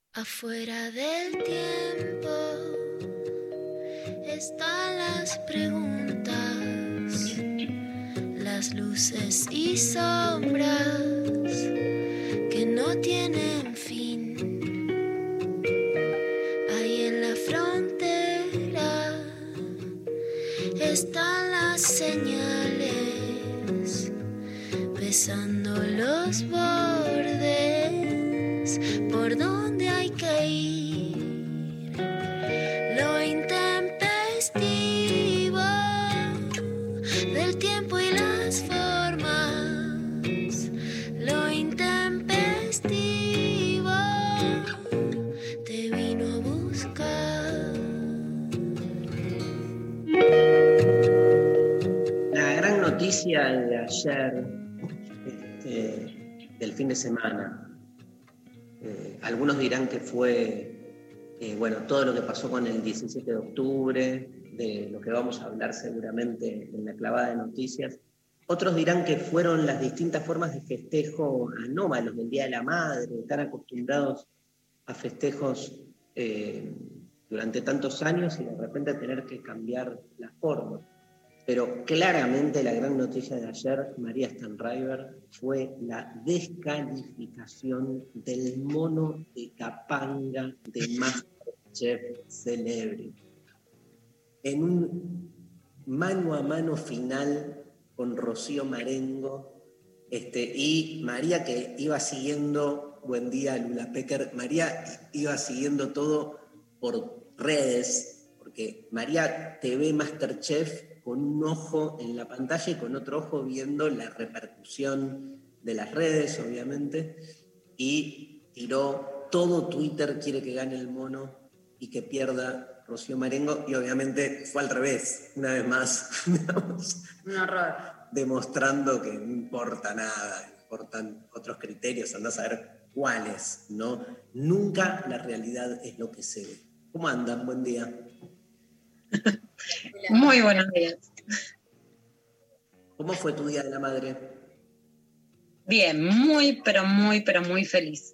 Afuera del tiempo están las preguntas, las luces y sombras que no tienen fin. Ahí en la frontera están las señales, besando los bordes por donde hay que ir. Lo intempestivo del tiempo y las formas. Lo intempestivo te vino a buscar. La gran noticia de ayer, del fin de semana, algunos dirán que fue todo lo que pasó con el 17 de octubre, de lo que vamos a hablar seguramente en la clavada de noticias. Otros dirán que fueron las distintas formas de festejo anómalos del Día de la Madre, tan acostumbrados a festejos durante tantos años y de repente tener que cambiar la forma. Pero claramente la gran noticia de ayer, María Stanraiver, fue la descalificación del mono de Capanga de MasterChef Celebrity. En un mano a mano final con Rocío Marengo, y María, que iba siguiendo, buen día Lula Pecker, María iba siguiendo todo por redes, porque María te ve MasterChef con un ojo en la pantalla y con otro ojo viendo la repercusión de las redes, obviamente, y tiró todo Twitter, quiere que gane el mono y que pierda Rocío Marengo, y obviamente fue al revés, una vez más, digamos, un horror. Demostrando que no importa nada, importan otros criterios, andás a ver cuáles, ¿no? Nunca la realidad es lo que se ve. ¿Cómo andan? Buen día. Muy buenos días. ¿Cómo fue tu Día de la Madre? Bien, muy, pero muy feliz.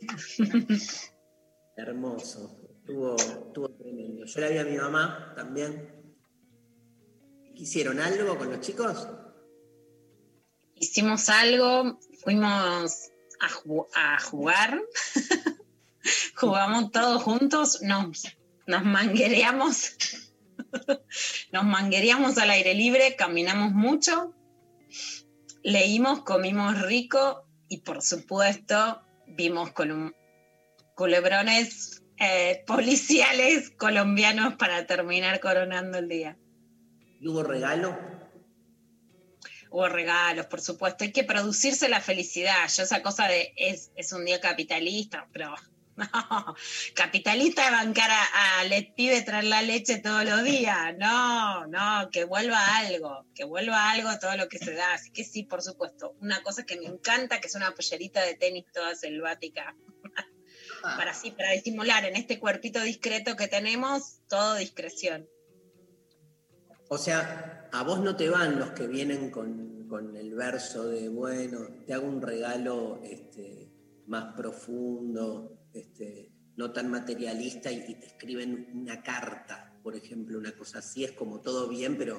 Hermoso, estuvo tremendo. Yo la vi a mi mamá también. ¿Hicieron algo con los chicos? Hicimos algo, fuimos a jugar, jugamos todos juntos, nos manguereamos. Nos manguereamos al aire libre, caminamos mucho, leímos, comimos rico y por supuesto vimos culebrones policiales colombianos para terminar coronando el día. ¿Y hubo regalo? Hubo regalos, por supuesto. Hay que producirse la felicidad. Yo esa cosa de es un día capitalista, pero... No, capitalista de bancar al pibe traer la leche todos los días. No, que vuelva algo todo lo que se da. Así que sí, por supuesto. Una cosa que me encanta, que es una pollerita de tenis toda selvática. Para disimular en este cuerpito discreto que tenemos, todo discreción. O sea, a vos no te van los que vienen con el verso de, bueno, te hago un regalo más profundo, no tan materialista, y te escriben una carta, por ejemplo, una cosa así, es como todo bien, pero...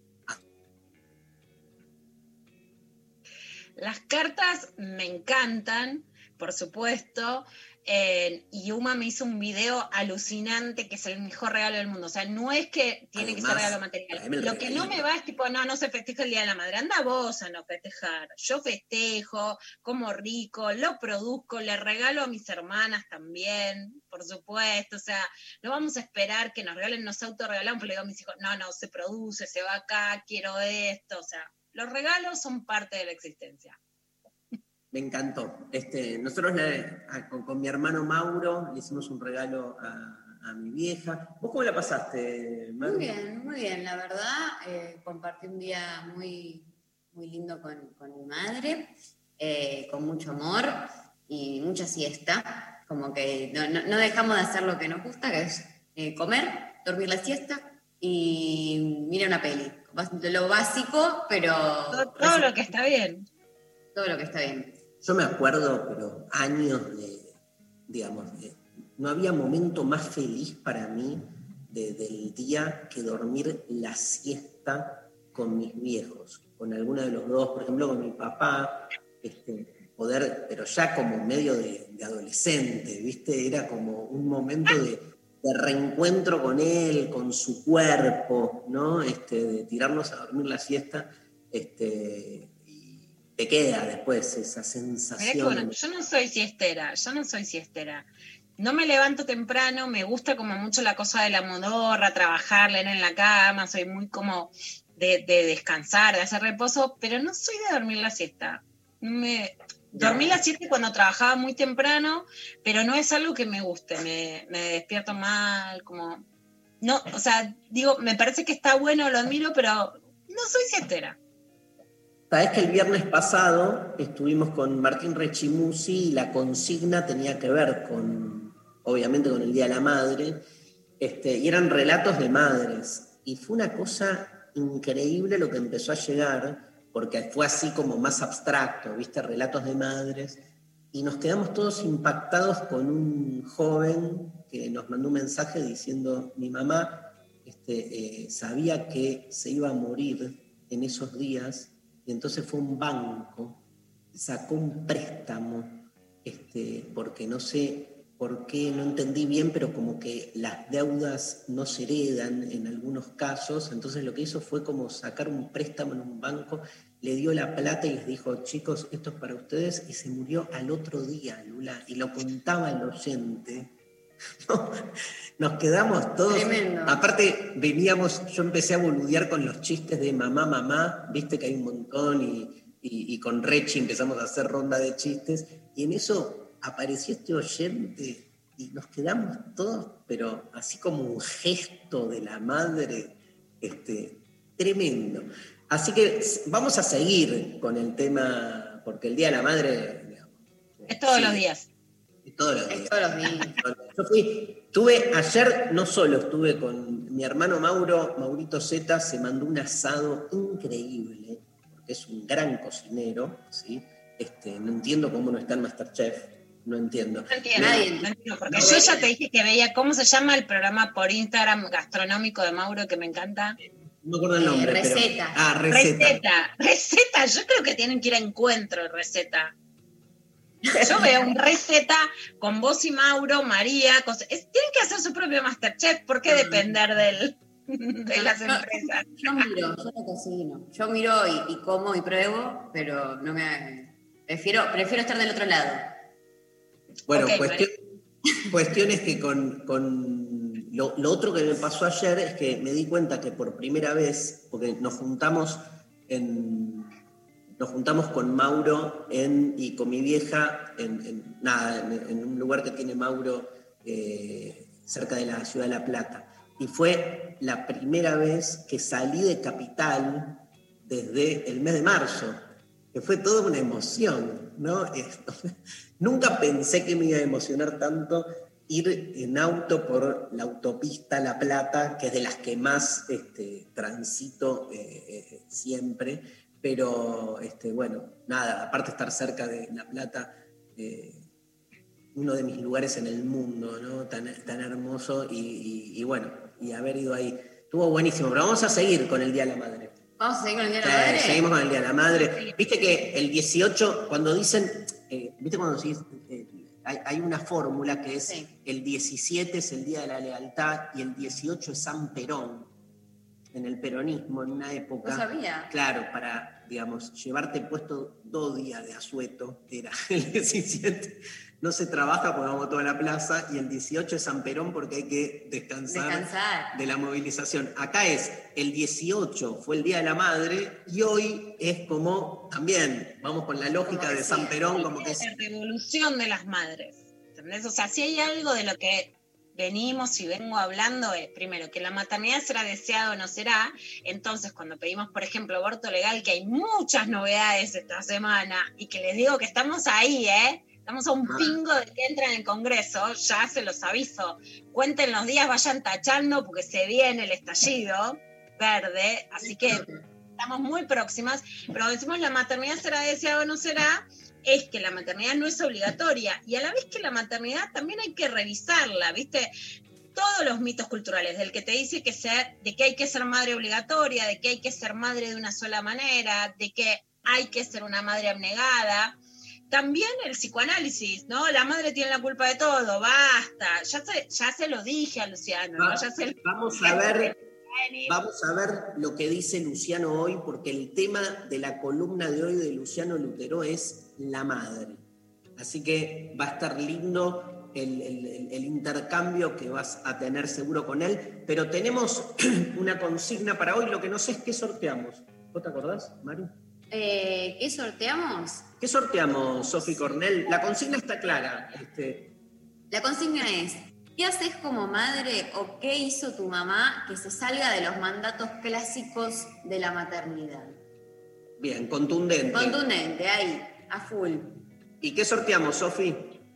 Las cartas me encantan, por supuesto, y Uma me hizo un video alucinante que es el mejor regalo del mundo. O sea, no es que tiene que ser regalo material. Lo que no me va es tipo, no se festeja el Día de la Madre. Anda vos a no festejar. Yo festejo, como rico, lo produzco, le regalo a mis hermanas también, por supuesto. O sea, no vamos a esperar que nos regalen, nos autorregalamos, porque le digo a mis hijos, no, se produce, se va acá, quiero esto. O sea, los regalos son parte de la existencia. Me encantó. Nosotros con mi hermano Mauro le hicimos un regalo a mi vieja. ¿Vos cómo la pasaste, Maru? Muy bien, la verdad. Compartí un día muy, muy lindo con mi madre, con mucho amor y mucha siesta. Como que no dejamos de hacer lo que nos gusta, que es comer, dormir la siesta y mirar una peli. Lo básico, pero... Todo lo que está bien. Todo lo que está bien. Yo me acuerdo, pero años de no había momento más feliz para mí del día que dormir la siesta con mis viejos, con alguno de los dos, por ejemplo con mi papá, poder, pero ya como medio de adolescente, ¿viste? Era como un momento de reencuentro con él, con su cuerpo, ¿no? De tirarnos a dormir la siesta, y te queda después esa sensación. Mirá que bueno, yo no soy siestera. No me levanto temprano, me gusta como mucho la cosa de la modorra, trabajar, leer en la cama, soy muy como de descansar, de hacer reposo, pero no soy de dormir la siesta. Dormí la siesta cuando trabajaba muy temprano, pero no es algo que me guste, me despierto mal, como... No, o sea, digo, me parece que está bueno, lo admiro, pero no soy siestera. Sabés que el viernes pasado estuvimos con Martín Rechimusi y la consigna tenía que ver obviamente con el Día de la Madre, y eran relatos de madres. Y fue una cosa increíble lo que empezó a llegar, porque fue así como más abstracto, ¿viste? Relatos de madres. Y nos quedamos todos impactados con un joven que nos mandó un mensaje diciendo: mi mamá sabía que se iba a morir en esos días, y entonces fue a un banco, sacó un préstamo, porque no sé por qué, no entendí bien, pero como que las deudas no se heredan en algunos casos, entonces lo que hizo fue como sacar un préstamo en un banco, le dio la plata y les dijo: chicos, esto es para ustedes, y se murió al otro día, Lula, y lo contaba el oyente. No, nos quedamos todos. Tremendo. Aparte, yo empecé a boludear con los chistes de mamá, viste que hay un montón, y con Rechi empezamos a hacer ronda de chistes, y en eso apareció este oyente y nos quedamos todos, pero así como un gesto de la madre, tremendo. Así que vamos a seguir con el tema, porque el Día de la Madre, digamos, es todos los días. Todos los días. Yo ayer no solo estuve con mi hermano Maurito Zeta, se mandó un asado increíble, porque es un gran cocinero, ¿sí? No entiendo cómo no está en MasterChef, no entiendo. No entiendo, porque yo ya te dije que veía, ¿cómo se llama el programa por Instagram gastronómico de Mauro, que me encanta? No me acuerdo el nombre. Receta. Receta, yo creo que tienen que ir a Encuentro, Receta. Yo veo un Receta con vos y Mauro, María, tienen que hacer su propio MasterChef, ¿por qué depender de las empresas? Yo yo no cocino. Yo miro y como y pruebo, pero no prefiero estar del otro lado. Bueno, cuestión es que con lo otro que me pasó ayer es que me di cuenta que por primera vez, porque nos juntamos con Mauro y con mi vieja en un lugar que tiene Mauro cerca de la ciudad de La Plata. Y fue la primera vez que salí de Capital desde el mes de marzo, que fue toda una emoción, ¿no? Nunca pensé que me iba a emocionar tanto ir en auto por la autopista La Plata, que es de las que más transito siempre. Pero, bueno, nada, aparte de estar cerca de La Plata, uno de mis lugares en el mundo, ¿no? Tan hermoso, y bueno, y haber ido ahí. Estuvo buenísimo, pero vamos a seguir con el Día de la Madre. ¿Vamos a seguir con el Día de la Madre? Seguimos con el Día de la Madre. Viste que el 18, cuando dicen, viste cuando decís, hay una fórmula que es, el 17 es el Día de la Lealtad y el 18 es San Perón. En el peronismo, en una época... No sabía. Claro, para, digamos, llevarte puesto 2 días de asueto, era el 17. No se trabaja porque vamos a toda la plaza, y el 18 es San Perón porque hay que descansar de la movilización. Acá el 18 fue el Día de la Madre, y hoy es como, también, vamos con la lógica de San Perón, como que es... La revolución de las madres, ¿entendés? O sea, si hay algo de lo que venimos y vengo hablando, es primero que la maternidad será deseada o no será. Entonces, cuando pedimos, por ejemplo, aborto legal, que hay muchas novedades esta semana, y que les digo que estamos ahí, estamos a un pingo de que entra en el Congreso, ya se los aviso, cuenten los días, vayan tachando, porque se viene el estallido verde, así que estamos muy próximas. Pero decimos la maternidad será deseada o no será, es que la maternidad no es obligatoria, y a la vez que la maternidad también hay que revisarla, ¿viste? Todos los mitos culturales, del que te dice de que hay que ser madre obligatoria, de que hay que ser madre de una sola manera, de que hay que ser una madre abnegada. También el psicoanálisis, ¿no? La madre tiene la culpa de todo, basta. Ya se lo dije a Luciano, ¿no? Vamos a ver lo que dice Luciano hoy, porque el tema de la columna de hoy de Luciano Lutero es la madre. Así que va a estar lindo el intercambio que vas a tener seguro con él. Pero tenemos una consigna para hoy, lo que no sé es qué sorteamos. ¿Vos te acordás, Maru? ¿Qué sorteamos? ¿Qué sorteamos, Sofi Cornell? La consigna está clara. La consigna es, ¿qué haces como madre o qué hizo tu mamá que se salga de los mandatos clásicos de la maternidad? Bien, contundente. Contundente, ahí, a full. ¿Y qué sorteamos, Sofi?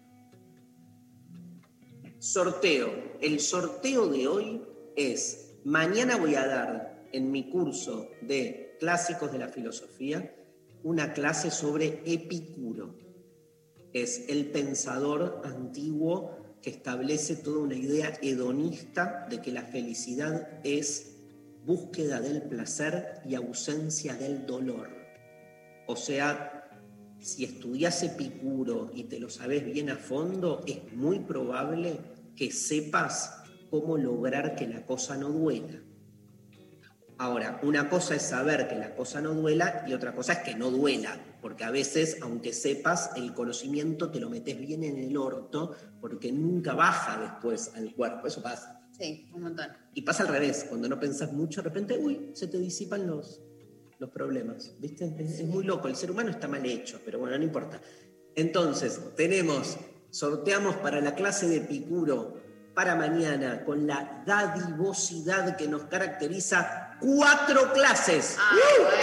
Sorteo. El sorteo de hoy es, mañana voy a dar en mi curso de Clásicos de la Filosofía una clase sobre Epicuro. Es el pensador antiguo que establece toda una idea hedonista de que la felicidad es búsqueda del placer y ausencia del dolor. O sea, si estudias Epicuro y te lo sabes bien a fondo, es muy probable que sepas cómo lograr que la cosa no duela. Ahora, una cosa es saber que la cosa no duela y otra cosa es que no duela, porque a veces, aunque sepas, el conocimiento te lo metes bien en el orto porque nunca baja después al cuerpo, eso pasa. Sí, un montón. Y pasa al revés, cuando no pensás mucho, de repente, se te disipan los problemas, ¿viste? Es muy loco, el ser humano está mal hecho, pero bueno, no importa. Entonces, sorteamos para la clase de Epicuro para mañana, con la dadivosidad que nos caracteriza, 4 clases. Bueno.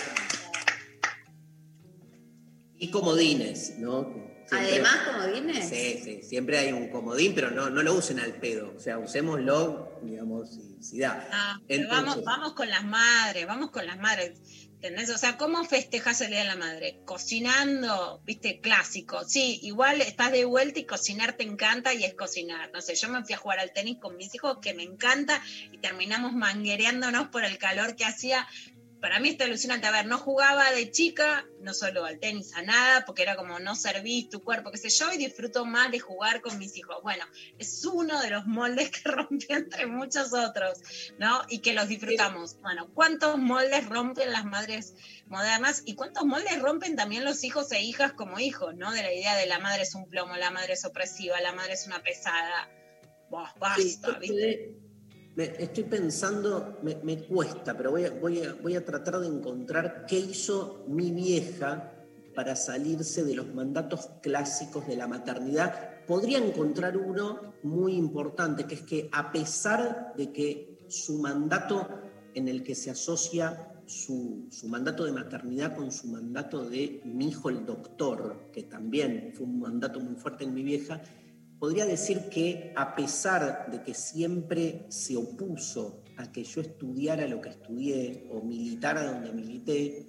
Y comodines, ¿no? Siempre, además, comodines. Sí, siempre hay un comodín, pero no lo usen al pedo. O sea, usémoslo, digamos, si da. Entonces, vamos con las madres, ¿entendés? O sea, ¿cómo festejas el Día de la Madre? Cocinando, viste, clásico. Sí, igual estás de vuelta y cocinar te encanta y es cocinar. No sé, yo me fui a jugar al tenis con mis hijos, que me encanta, y terminamos manguereándonos por el calor que hacía. Para mí está alucinante. A ver, no jugaba de chica, no solo al tenis, a nada, porque era como no servís tu cuerpo, qué sé yo, y disfruto más de jugar con mis hijos. Bueno, es uno de los moldes que rompí entre muchos otros, ¿no? Y que los disfrutamos. Bueno, ¿cuántos moldes rompen las madres modernas? Y ¿cuántos moldes rompen también los hijos e hijas como hijos, ¿no? De la idea de la madre es un plomo, la madre es opresiva, la madre es una pesada. Basta, sí, ¿viste? Estoy pensando, me cuesta, pero voy a tratar de encontrar qué hizo mi vieja para salirse de los mandatos clásicos de la maternidad. Podría encontrar uno muy importante, que es que a pesar de que su mandato en el que se asocia su mandato de maternidad con su mandato de mi hijo el doctor, que también fue un mandato muy fuerte en mi vieja, podría decir que a pesar de que siempre se opuso a que yo estudiara lo que estudié o militara donde milité,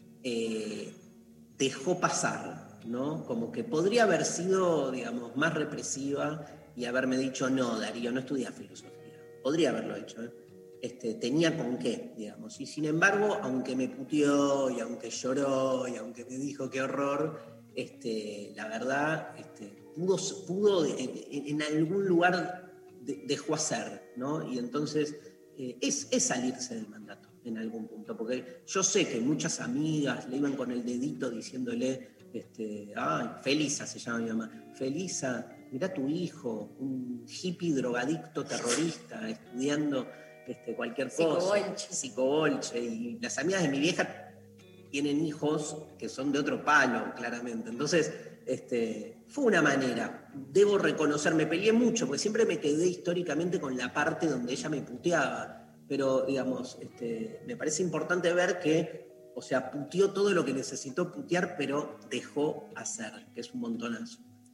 dejó pasar, ¿no? Como que podría haber sido, digamos, más represiva y haberme dicho, no, Darío, no estudias filosofía. Podría haberlo hecho, tenía con qué, digamos. Y sin embargo, aunque me puteó y aunque lloró y aunque me dijo qué horror, la verdad, pudo en algún lugar dejó hacer, ¿no? Y entonces es salirse del mandato en algún punto, porque yo sé que muchas amigas le iban con el dedito diciéndole, Felisa se llama mi mamá, Felisa, mirá tu hijo, un hippie drogadicto terrorista, estudiando cualquier cosa, psicobolche, y las amigas de mi vieja tienen hijos que son de otro palo, claramente. Entonces, fue una manera. Debo reconocer, me peleé mucho, porque siempre me quedé históricamente con la parte donde ella me puteaba. Pero, digamos, me parece importante ver que, o sea, puteó todo lo que necesitó putear, pero dejó hacer, que es un montonazo.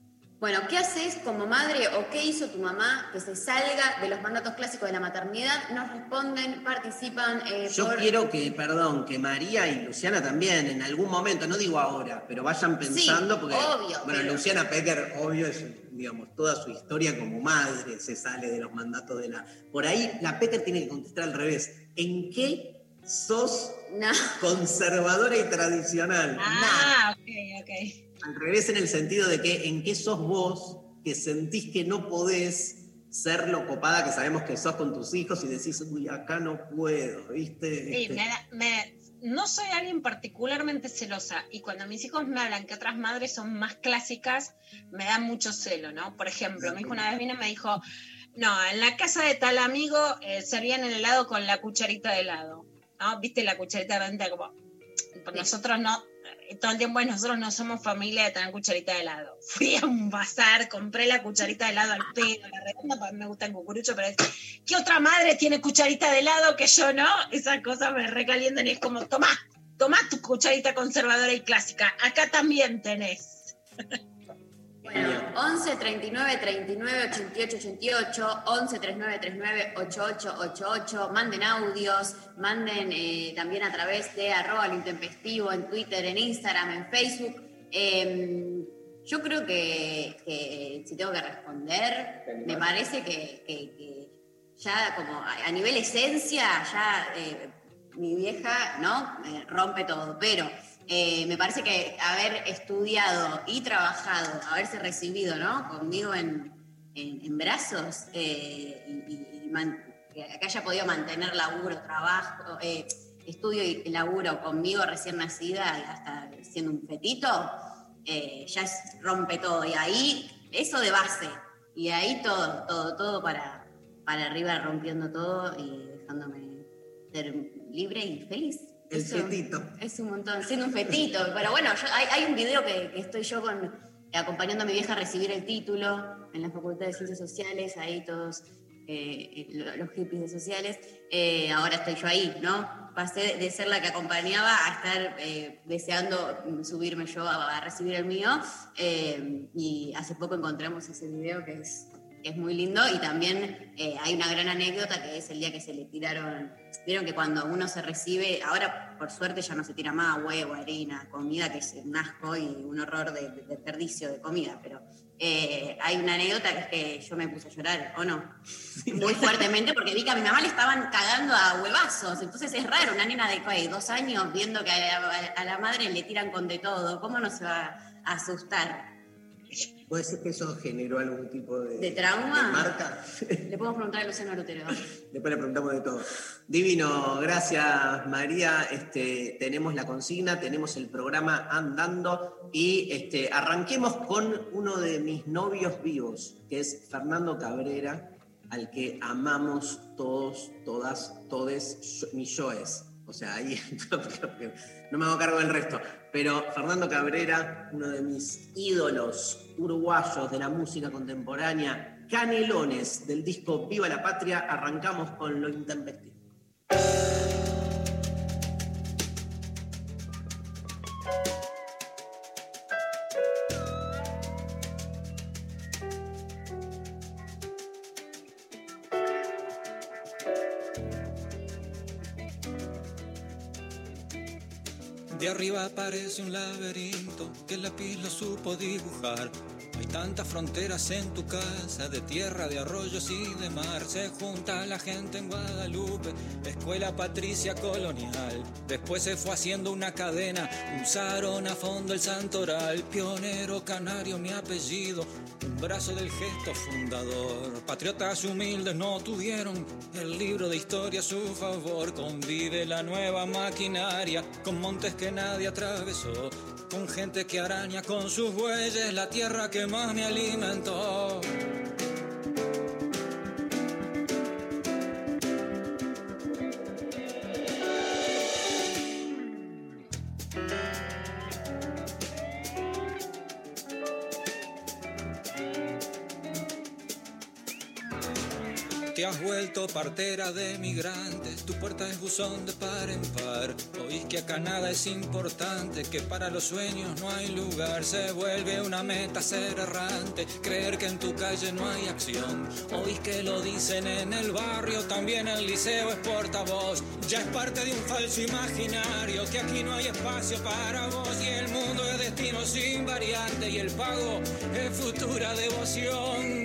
Bueno, ¿qué haces como madre o qué hizo tu mamá que se salga de los mandatos clásicos de la maternidad? Nos responden, participan. Yo quiero que María y Luciana también, en algún momento, no digo ahora, pero vayan pensando, sí, porque obvio, bueno, pero... Luciana Pecker, obvio, es, digamos, toda su historia como madre se sale de los mandatos de la... Por ahí la Pecker tiene que contestar al revés. ¿En qué sos conservadora y tradicional? Ah, ok. Al revés, en el sentido de que en qué sos vos que sentís que no podés ser lo copada que sabemos que sos con tus hijos y decís, uy, acá no puedo, ¿viste? Sí, no soy alguien particularmente celosa, y cuando mis hijos me hablan que otras madres son más clásicas, me da mucho celo, ¿no? Por ejemplo, mi hijo una vez vino y me dijo, no, en la casa de tal amigo servían el helado con la cucharita de helado, ¿no? ¿Viste la cucharita de helado? Como, nosotros no... Todo el tiempo nosotros no somos familia de tener cucharita de helado. Fui a un bazar, compré la cucharita de helado al pedo, la redonda, porque me gusta el cucurucho, pero ¿qué otra madre tiene cucharita de helado que yo no? Esas cosas me recalientan y es como, tomá tu cucharita conservadora y clásica, acá también tenés. Bueno, 11 39 39 88 88, 11 39 39 88 88, manden audios, manden también a través de @lointempestivo en Twitter, en Instagram, en Facebook. Yo creo que si tengo que responder, me parece que ya como a nivel esencia, ya mi vieja, ¿no? Rompe todo, pero... me parece que haber estudiado y trabajado, haberse recibido, ¿no? Conmigo en brazos que haya podido mantener laburo, trabajo, estudio y laburo conmigo recién nacida hasta siendo un fetito, ya rompe todo. Y ahí, eso de base, y ahí todo para arriba, rompiendo todo y dejándome ser libre y feliz. El fetito. Es un montón, siendo un fetito. Pero bueno, hay un video que estoy yo acompañando a mi vieja a recibir el título en la Facultad de Ciencias Sociales, ahí todos los hippies de sociales. Ahora estoy yo ahí, ¿no? Pasé de ser la que acompañaba a estar deseando subirme yo a recibir el mío. Y hace poco encontramos ese video que es muy lindo, y también hay una gran anécdota que es el día que se le tiraron. Vieron que cuando uno se recibe, ahora por suerte ya no se tira más huevo, harina, comida, que es un asco y un horror de desperdicio de comida, pero hay una anécdota que es que yo me puse a llorar, ¿o no? Muy fuertemente, porque vi que a mi mamá le estaban cagando a huevazos. Entonces es raro, una nena de 2 años viendo que a la madre le tiran con de todo. ¿Cómo no se va a asustar? ¿Puede ser que eso generó algún tipo de trauma? ¿De marca? Le podemos preguntar a Luciano Lutero. Después le preguntamos de todo. Divino, gracias María. Tenemos la consigna, tenemos el programa andando y arranquemos con uno de mis novios vivos, que es Fernando Cabrera, al que amamos todos, todas, todes, mis yoes. O sea, ahí no me hago cargo del resto. Pero Fernando Cabrera, uno de mis ídolos uruguayos de la música contemporánea, Canelones, del disco Viva la Patria, arrancamos con Lo Intempestivo. De arriba parece un laberinto que el lápiz lo supo dibujar. Hay tantas fronteras en tu casa, de tierra, de arroyos y de mar. Se junta la gente en Guadalupe, escuela patricia colonial. Después se fue haciendo una cadena, usaron a fondo el santoral. Pionero canario mi apellido, un brazo del gesto fundador. Patriotas humildes no tuvieron el libro de historia a su favor. Convive la nueva maquinaria con montes que nadie atravesó, con gente que araña con sus bueyes la tierra que más me alimentó. Te has vuelto partera de migrantes, tu puerta es buzón de par en par. Oís que acá nada es importante, que para los sueños no hay lugar. Se vuelve una meta ser errante, creer que en tu calle no hay acción. Oís que lo dicen en el barrio, también el liceo es portavoz. Ya es parte de un falso imaginario, que aquí no hay espacio para vos. Y el mundo es destino sin variante, y el pago es futura devoción.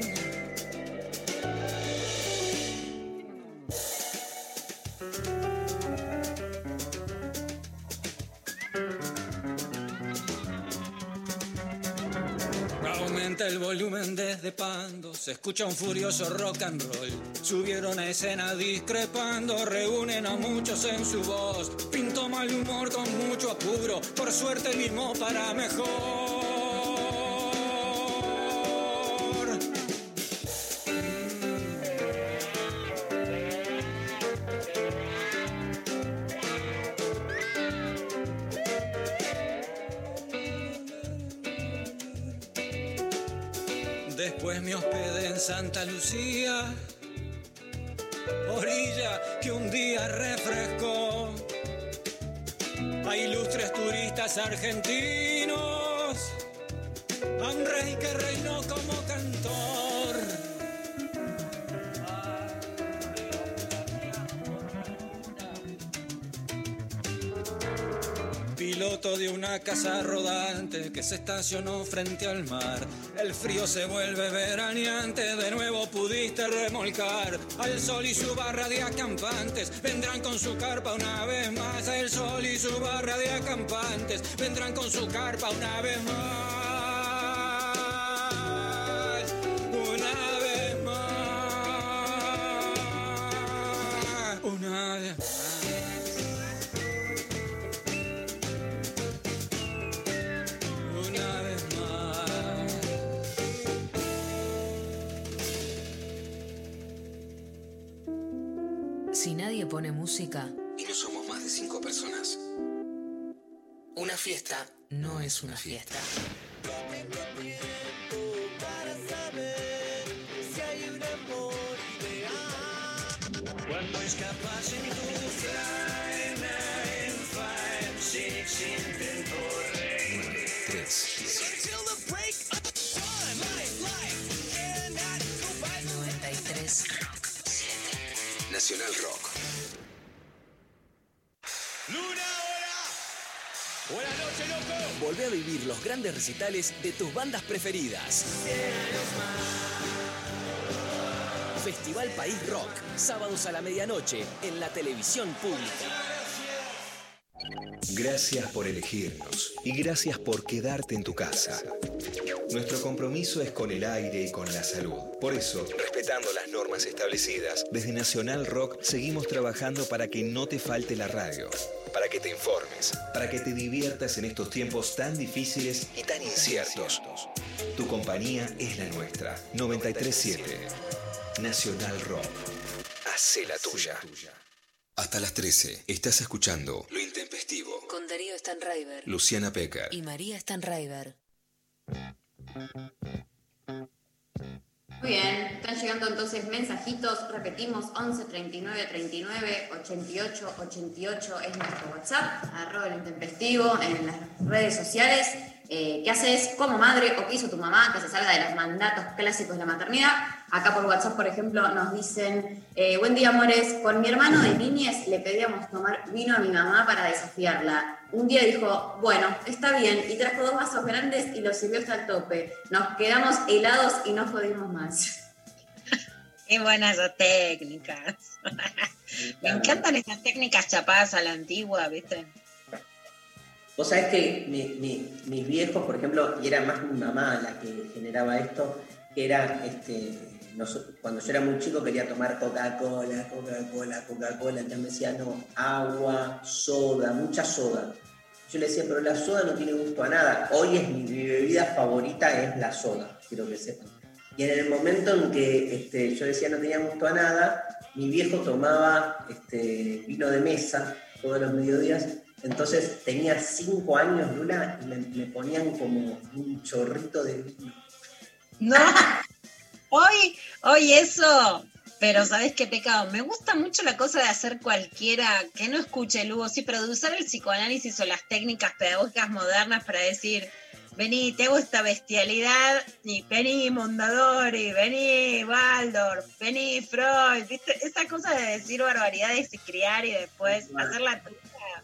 Aumenta el volumen desde Pando, se escucha un furioso rock and roll. Subieron a escena discrepando, reúnen a muchos en su voz. Pintó mal humor con mucho apuro, por suerte limó para mejor. Después me hospedé en Santa Lucía, orilla que un día refrescó a ilustres turistas argentinos, a un rey que reinó como cantor. Piloto de una casa rodante que se estacionó frente al mar. El frío se vuelve veraneante, de nuevo pudiste remolcar. Al sol y su barra de acampantes vendrán con su carpa una vez más. El sol y su barra de acampantes vendrán con su carpa una vez más. Una vez más. Una vez más. Si nadie pone música y no somos más de 5 personas, una fiesta no es una fiesta. Cuando escapas en tu Fly 956 intento reír. 3. 93. Nacional Rock. Buenas noches, loco. Volvé a vivir los grandes recitales de tus bandas preferidas. Festival País Rock, sábados a la medianoche en la televisión pública. Gracias por elegirnos y gracias por quedarte en tu casa. Nuestro compromiso es con el aire y con la salud. Por eso, respetando las normas establecidas, desde Nacional Rock seguimos trabajando para que no te falte la radio, para que te informes, para que te diviertas en estos tiempos tan difíciles y tan inciertos. Tu compañía es la nuestra. 93.7 Nacional Rock. Hacé la tuya. Hasta las 13 estás escuchando Lo Intempestivo Con Darío Stanraiver, Luciana Pecker y María Stanraiver. Muy bien, están llegando entonces mensajitos, repetimos, 11 39 39 88 88 es nuestro WhatsApp, @ el intempestivo en las redes sociales. ¿Qué haces como madre o qué hizo tu mamá que se salga de los mandatos clásicos de la maternidad? Acá por WhatsApp, por ejemplo, nos dicen, buen día, amores, con mi hermano de niñez le pedíamos tomar vino a mi mamá para desafiarla. Un día dijo, bueno, está bien, y trajo 2 vasos grandes y los sirvió hasta el tope. Nos quedamos helados y no jodimos más. Qué buenas esas técnicas. Me encantan esas técnicas chapadas a la antigua, ¿viste? Vos sabés que mis viejos, por ejemplo, y era más mi mamá la que generaba esto, que era, cuando yo era muy chico quería tomar Coca-Cola, entonces me decía, no, agua, soda, mucha soda. Yo le decía, pero la soda no tiene gusto a nada. Hoy es mi bebida favorita, es la soda, quiero que sepan. Y en el momento en que yo decía no tenía gusto a nada, mi viejo tomaba vino de mesa todos los mediodías. Entonces tenía 5 años, Lula, y me ponían como un chorrito de vino. No, hoy eso Pero ¿sabés qué pecado? Me gusta mucho la cosa de hacer cualquiera que no escuche el Hugo, sí, pero de usar el psicoanálisis o las técnicas pedagógicas modernas para decir, vení, te hago esta bestialidad, y vení Mondadori, vení Waldorf, vení Freud, ¿viste? Esa cosa de decir barbaridades y criar y después hacer la tuya.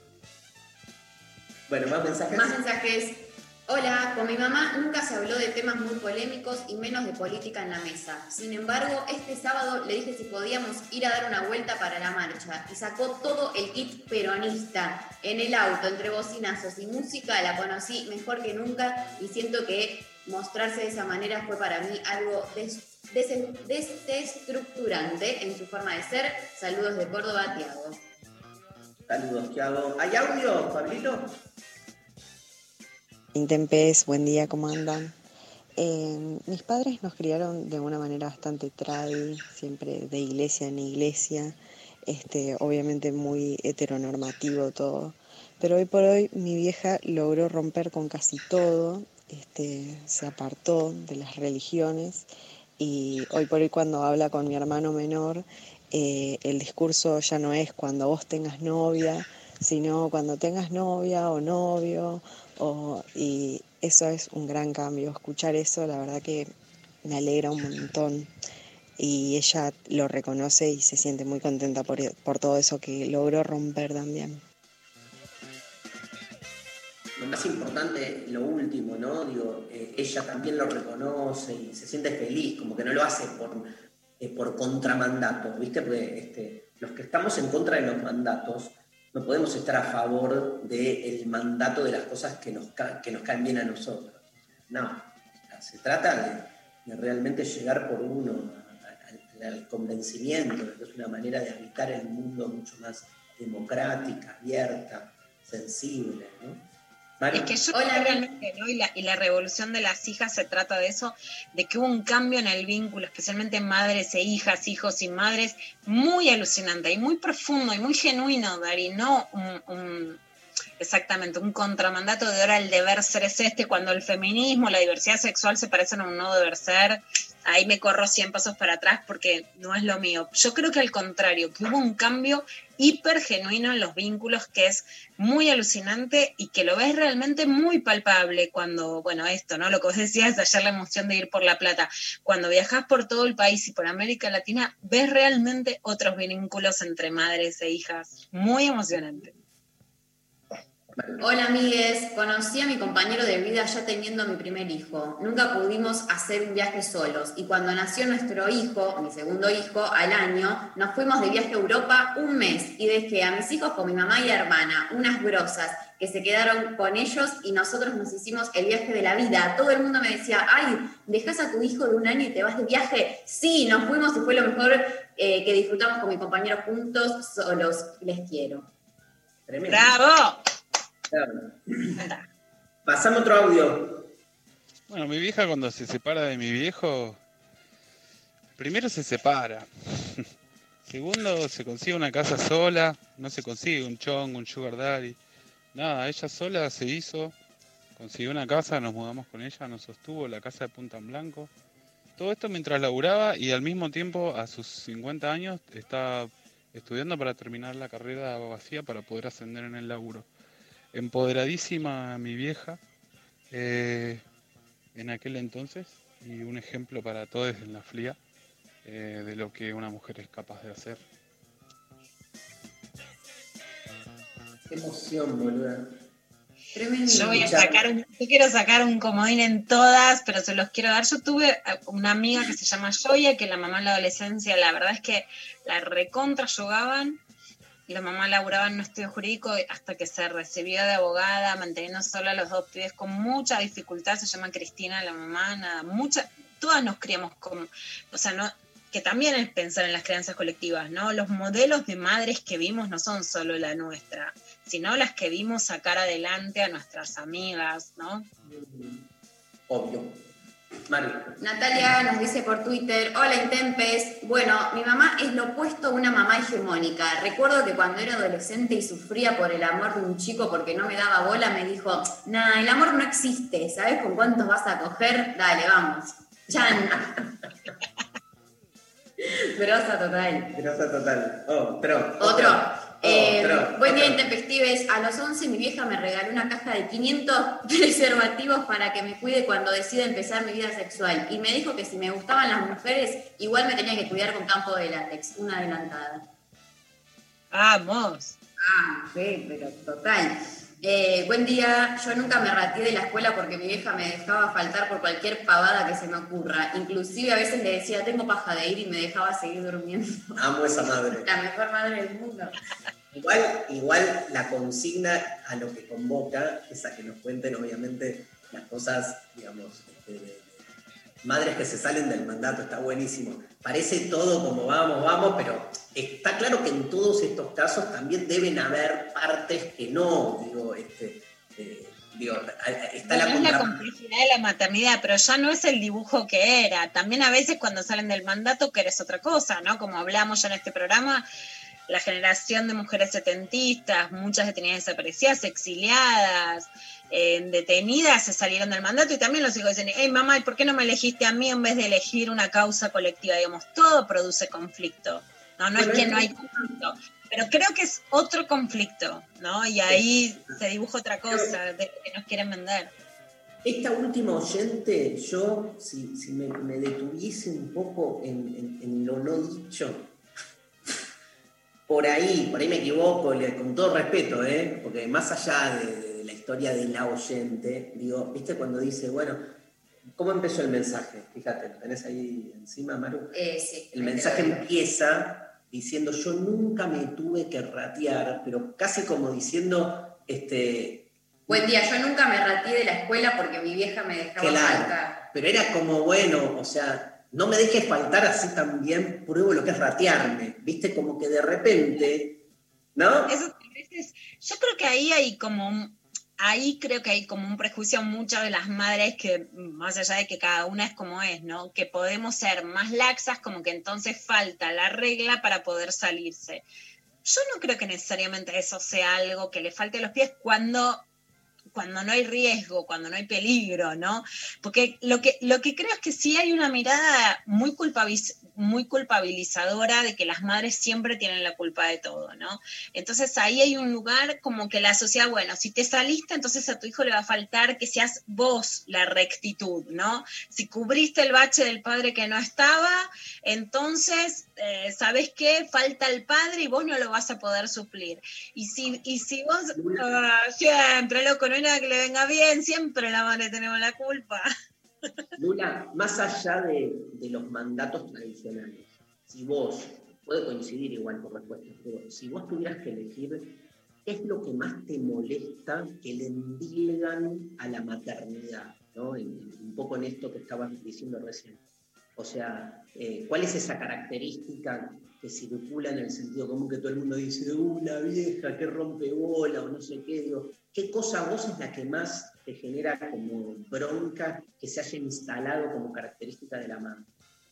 Bueno, más mensajes. Más mensajes. Hola, con mi mamá nunca se habló de temas muy polémicos y menos de política en la mesa. Sin embargo, este sábado le dije si podíamos ir a dar una vuelta para la marcha y sacó todo el kit peronista. En el auto, entre bocinazos y música, la conocí mejor que nunca y siento que mostrarse de esa manera fue para mí algo desestructurante en su forma de ser. Saludos de Córdoba, Tiago. Saludos, Tiago. ¿Hay audio, Pablito? Intempes, buen día, ¿cómo andan? Mis padres nos criaron de una manera bastante tradi, siempre de iglesia en iglesia, obviamente muy heteronormativo todo, pero hoy por hoy mi vieja logró romper con casi todo, se apartó de las religiones y hoy por hoy cuando habla con mi hermano menor, el discurso ya no es cuando vos tengas novia, sino cuando tengas novia o novio, y eso es un gran cambio. Escuchar eso, la verdad que me alegra un montón. Y ella lo reconoce y se siente muy contenta por todo eso que logró romper también. Lo más importante, lo último, ¿no? Digo, ella también lo reconoce y se siente feliz, como que no lo hace por contramandato, ¿viste? Porque los que estamos en contra de los mandatos no podemos estar a favor del mandato de las cosas que nos caen bien a nosotros. No, se trata de realmente llegar por uno al convencimiento de que es una manera de habitar el mundo mucho más democrática, abierta, sensible, ¿no? Es que yo creo realmente, ¿no? Y la revolución de las hijas se trata de eso, de que hubo un cambio en el vínculo, especialmente madres e hijas, hijos y madres, muy alucinante y muy profundo y muy genuino, Dari, no exactamente un contramandato de ahora el deber ser es cuando el feminismo, la diversidad sexual se parecen a un no deber ser. Ahí me corro 100 pasos para atrás porque no es lo mío. Yo creo que al contrario, que hubo un cambio hiper genuino en los vínculos que es muy alucinante y que lo ves realmente muy palpable cuando, bueno, esto, ¿no? Lo que vos decías ayer, la emoción de ir por La Plata. Cuando viajás por todo el país y por América Latina, ves realmente otros vínculos entre madres e hijas. Muy emocionante. Hola amigues, conocí a mi compañero de vida ya teniendo mi primer hijo. Nunca pudimos hacer un viaje solos y cuando nació nuestro hijo, mi segundo hijo, al año, nos fuimos de viaje a Europa un mes y dejé a mis hijos con mi mamá y hermana, unas grosas, que se quedaron con ellos y nosotros nos hicimos el viaje de la vida. Todo el mundo me decía, ay, ¿dejás a tu hijo de un año y te vas de viaje? Sí, nos fuimos y fue lo mejor que disfrutamos con mi compañero juntos, solos, les quiero. Tremendo. ¡Bravo! Pasamos otro audio. Bueno, mi vieja cuando se separa de mi viejo, primero se separa. Segundo, se consigue una casa sola, no se consigue un chongo, un sugar daddy. Nada, ella sola se hizo, consiguió una casa, nos mudamos con ella, nos sostuvo la casa de Punta en Blanco. Todo esto mientras laburaba y al mismo tiempo a sus 50 años está estudiando para terminar la carrera de abogacía para poder ascender en el laburo. Empoderadísima mi vieja en aquel entonces y un ejemplo para todos en la FLIA de lo que una mujer es capaz de hacer. Qué emoción, boluda. Tremendo. Yo quiero sacar un comodín en todas, pero se los quiero dar. Yo tuve una amiga que se llama Joya, que la mamá en la adolescencia, la verdad es que la recontra yogaban. La mamá laburaba en un estudio jurídico hasta que se recibió de abogada, manteniendo sola a los dos pibes con mucha dificultad. Se llama Cristina, la mamá, nada, todas nos criamos como, o sea, no, que también es pensar en las crianzas colectivas, ¿no? Los modelos de madres que vimos no son solo la nuestra, sino las que vimos sacar adelante a nuestras amigas, ¿no? Obvio. Mario. Natalia nos dice por Twitter, hola Intempes, bueno, mi mamá es lo opuesto a una mamá hegemónica. Recuerdo que cuando era adolescente y sufría por el amor de un chico porque no me daba bola, me dijo, nah, el amor no existe, ¿sabes con cuántos vas a coger? Dale, vamos. Chan. Grosa total. Grosa total. Otro. Buen día, Intempestives. A los 11 mi vieja me regaló una caja de 500 preservativos para que me cuide cuando decida empezar mi vida sexual. Y me dijo que si me gustaban las mujeres, igual me tenía que cuidar con campo de látex. Una adelantada. ¡Vamos! Sí, pero total. Buen día, yo nunca me rateé de la escuela porque mi vieja me dejaba faltar por cualquier pavada que se me ocurra. Inclusive a veces le decía, tengo paja de ir y me dejaba seguir durmiendo. Amo esa madre. La mejor madre del mundo. Igual la consigna a lo que convoca es a que nos cuenten obviamente las cosas, digamos, de madres que se salen del mandato, está buenísimo. Parece todo como vamos, pero está claro que en todos estos casos también deben haber partes que no, está es la complejidad de la maternidad, pero ya no es el dibujo que era. También a veces cuando salen del mandato querés otra cosa, ¿no? Como hablamos ya en este programa, la generación de mujeres setentistas, muchas detenidas desaparecidas, exiliadas, detenidas, se salieron del mandato y también los hijos dicen, hey mamá, ¿y por qué no me elegiste a mí en vez de elegir una causa colectiva? Digamos, todo produce conflicto, no es que no hay conflicto, pero creo que es otro conflicto, ¿no? Y ahí se dibuja otra cosa de lo que nos quieren vender. Esta última oyente, yo, si me detuviese un poco en lo no dicho, por ahí me equivoco, con todo respeto, porque más allá de la historia de la oyente, digo, ¿viste cuando dice, bueno, ¿cómo empezó el mensaje? Fíjate, ¿lo tenés ahí encima, Maru? Sí. El mensaje empieza diciendo, yo nunca me tuve que ratear, pero casi como diciendo, buen día, yo nunca me rateé de la escuela porque mi vieja me dejaba faltar. Pero era como, bueno, o sea, no me dejes faltar, así también pruebo lo que es ratearme, ¿viste? Como que de repente, ¿no? Yo creo que ahí hay como un prejuicio a muchas de las madres que, más allá de que cada una es como es, ¿no? Que podemos ser más laxas, como que entonces falta la regla para poder salirse. Yo no creo que necesariamente eso sea algo que le falte a los pies cuando no hay riesgo, cuando no hay peligro, ¿no? Porque lo que creo es que sí hay una mirada muy culpabilizadora de que las madres siempre tienen la culpa de todo, ¿no? Entonces ahí hay un lugar como que la sociedad, bueno, si te saliste, entonces a tu hijo le va a faltar que seas vos la rectitud, ¿no? Si cubriste el bache del padre que no estaba, entonces, ¿sabés qué? Falta el padre y vos no lo vas a poder suplir. Y si vos, siempre, loco, no hay nada que le venga bien, siempre la madre tenemos la culpa. Lula, más allá de los mandatos tradicionales, si vos, puede coincidir igual por respuesta, pero si vos tuvieras que elegir, ¿qué es lo que más te molesta que le endilgan a la maternidad? ¿No? Un poco en esto que estabas diciendo recién. O sea, ¿cuál es esa característica que circula en el sentido común que todo el mundo dice, la vieja que rompe bola o no sé qué? Digo, ¿qué cosa a vos es la que más te genera como bronca que se haya instalado como característica de la madre?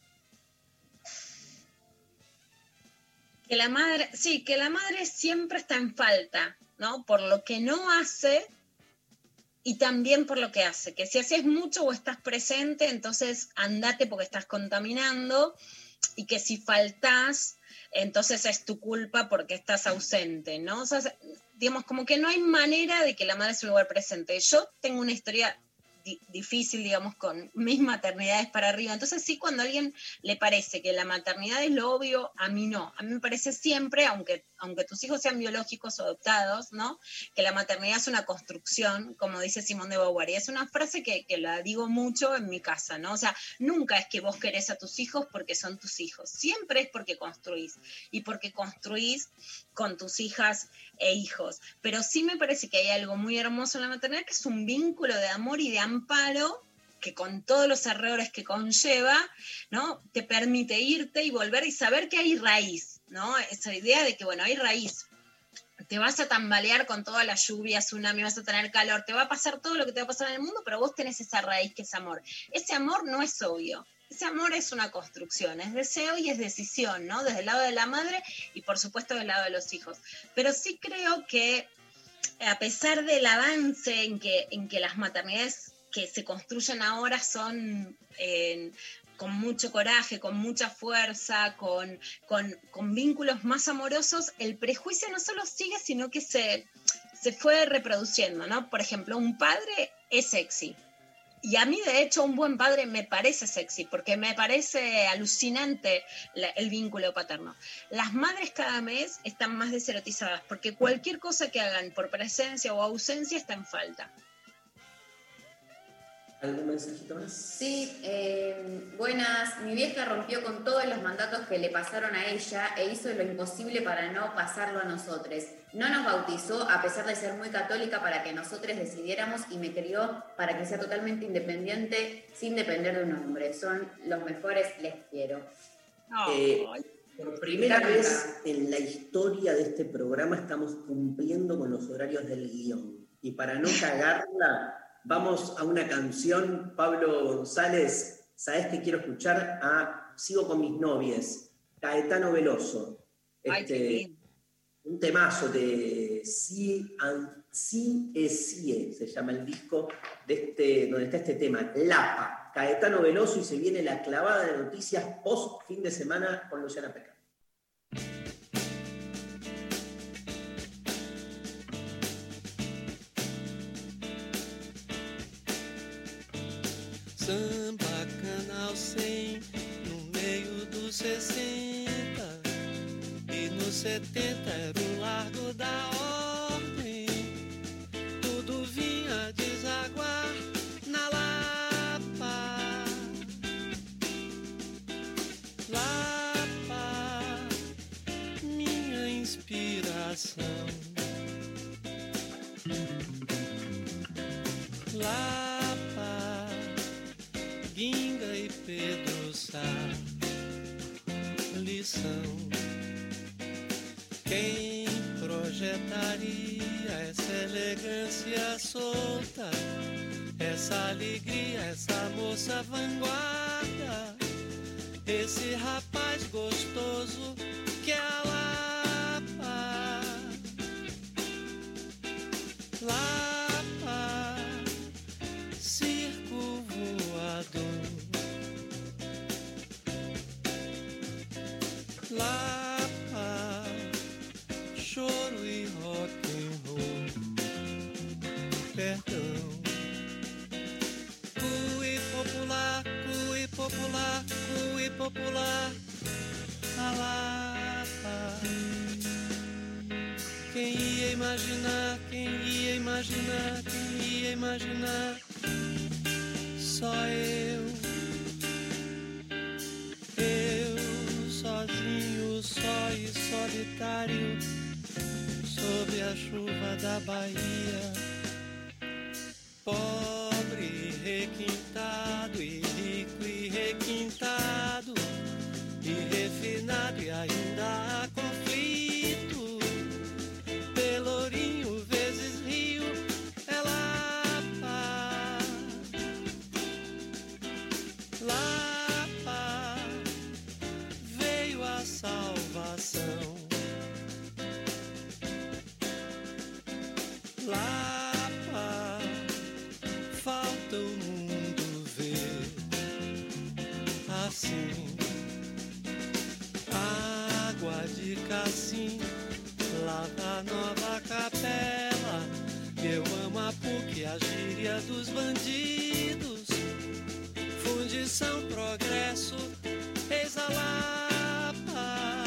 Que la madre siempre está en falta, ¿no? Por lo que no hace y también por lo que hace. Que si haces mucho o estás presente, entonces andate porque estás contaminando, y que si faltás, entonces es tu culpa porque estás ausente, ¿no? O sea, digamos, como que no hay manera de que la madre sea un lugar presente. Yo tengo una historia difícil, digamos, con mis maternidades para arriba. Entonces sí, cuando a alguien le parece que la maternidad es lo obvio, a mí no. A mí me parece siempre, aunque tus hijos sean biológicos o adoptados, ¿no? Que la maternidad es una construcción, como dice Simone de Beauvoir. Y es una frase que la digo mucho en mi casa, ¿no? O sea, nunca es que vos querés a tus hijos porque son tus hijos. Siempre es porque construís. Y porque construís con tus hijas e hijos. Pero sí me parece que hay algo muy hermoso en la maternidad, que es un vínculo de amor y de amparo que, con todos los errores que conlleva, ¿no? Te permite irte y volver y saber que hay raíz, ¿no? Esa idea de que, bueno, hay raíz. Te vas a tambalear con toda la lluvia, tsunami, vas a tener calor, te va a pasar todo lo que te va a pasar en el mundo, pero vos tenés esa raíz que es amor. Ese amor no es obvio. Ese amor es una construcción, es deseo y es decisión, ¿no? Desde el lado de la madre y, por supuesto, del lado de los hijos. Pero sí creo que, a pesar del avance en que las maternidades que se construyen ahora son con mucho coraje, con mucha fuerza, con vínculos más amorosos, el prejuicio no solo sigue, sino que se fue reproduciendo, ¿no? Por ejemplo, un padre es sexy. Y a mí, de hecho, un buen padre me parece sexy, porque me parece alucinante el vínculo paterno. Las madres cada vez están más deserotizadas, porque cualquier cosa que hagan por presencia o ausencia está en falta. ¿Algún mensajito más? Sí, buenas. Mi vieja rompió con todos los mandatos que le pasaron a ella e hizo lo imposible para no pasarlo a nosotros. No nos bautizó a pesar de ser muy católica para que nosotros decidiéramos y me crió para que sea totalmente independiente sin depender de un hombre. Son los mejores, les quiero. Por primera vez en la historia de este programa estamos cumpliendo con los horarios del guión. Y para no cagarla, vamos a una canción. Pablo González, ¿sabés qué quiero escuchar? Sigo con mis novias, Caetano Veloso. Un temazo de Sie se llama el disco donde está este tema, Lapa, Caetano Veloso, y se viene la clavada de noticias post fin de semana con Luciana Peca. Samba Canal 100, no meio dos 60, e nos 70 era o largo da ordem. Tudo vinha desaguar na Lapa. Lapa, minha inspiração. Lapa, Ginga e Pedro Sá, lição. Quem projetaria essa elegância solta, essa alegria, essa moça vanguarda, esse rapaz gostoso que é a Lapa. Lapa, circo voador. Lapa, choro e rock and roll. Perdão. Cui popular, cui popular, cui popular. A Lapa. Quem ia imaginar, quem ia imaginar, quem ia imaginar? Só eu sozinho, só e solitário, sob a chuva da Bahia. Pobre e requintado, e rico e requintado, e refinado, e ainda há conflito. Pelourinho vezes Rio, é Lapa. Lapa, veio a salvação. Lapa, falta o mundo ver assim. Água de Cassim, lava a nova capela. Eu amo a PUC, a gíria dos bandidos. Fundição, progresso, eis a Lapa.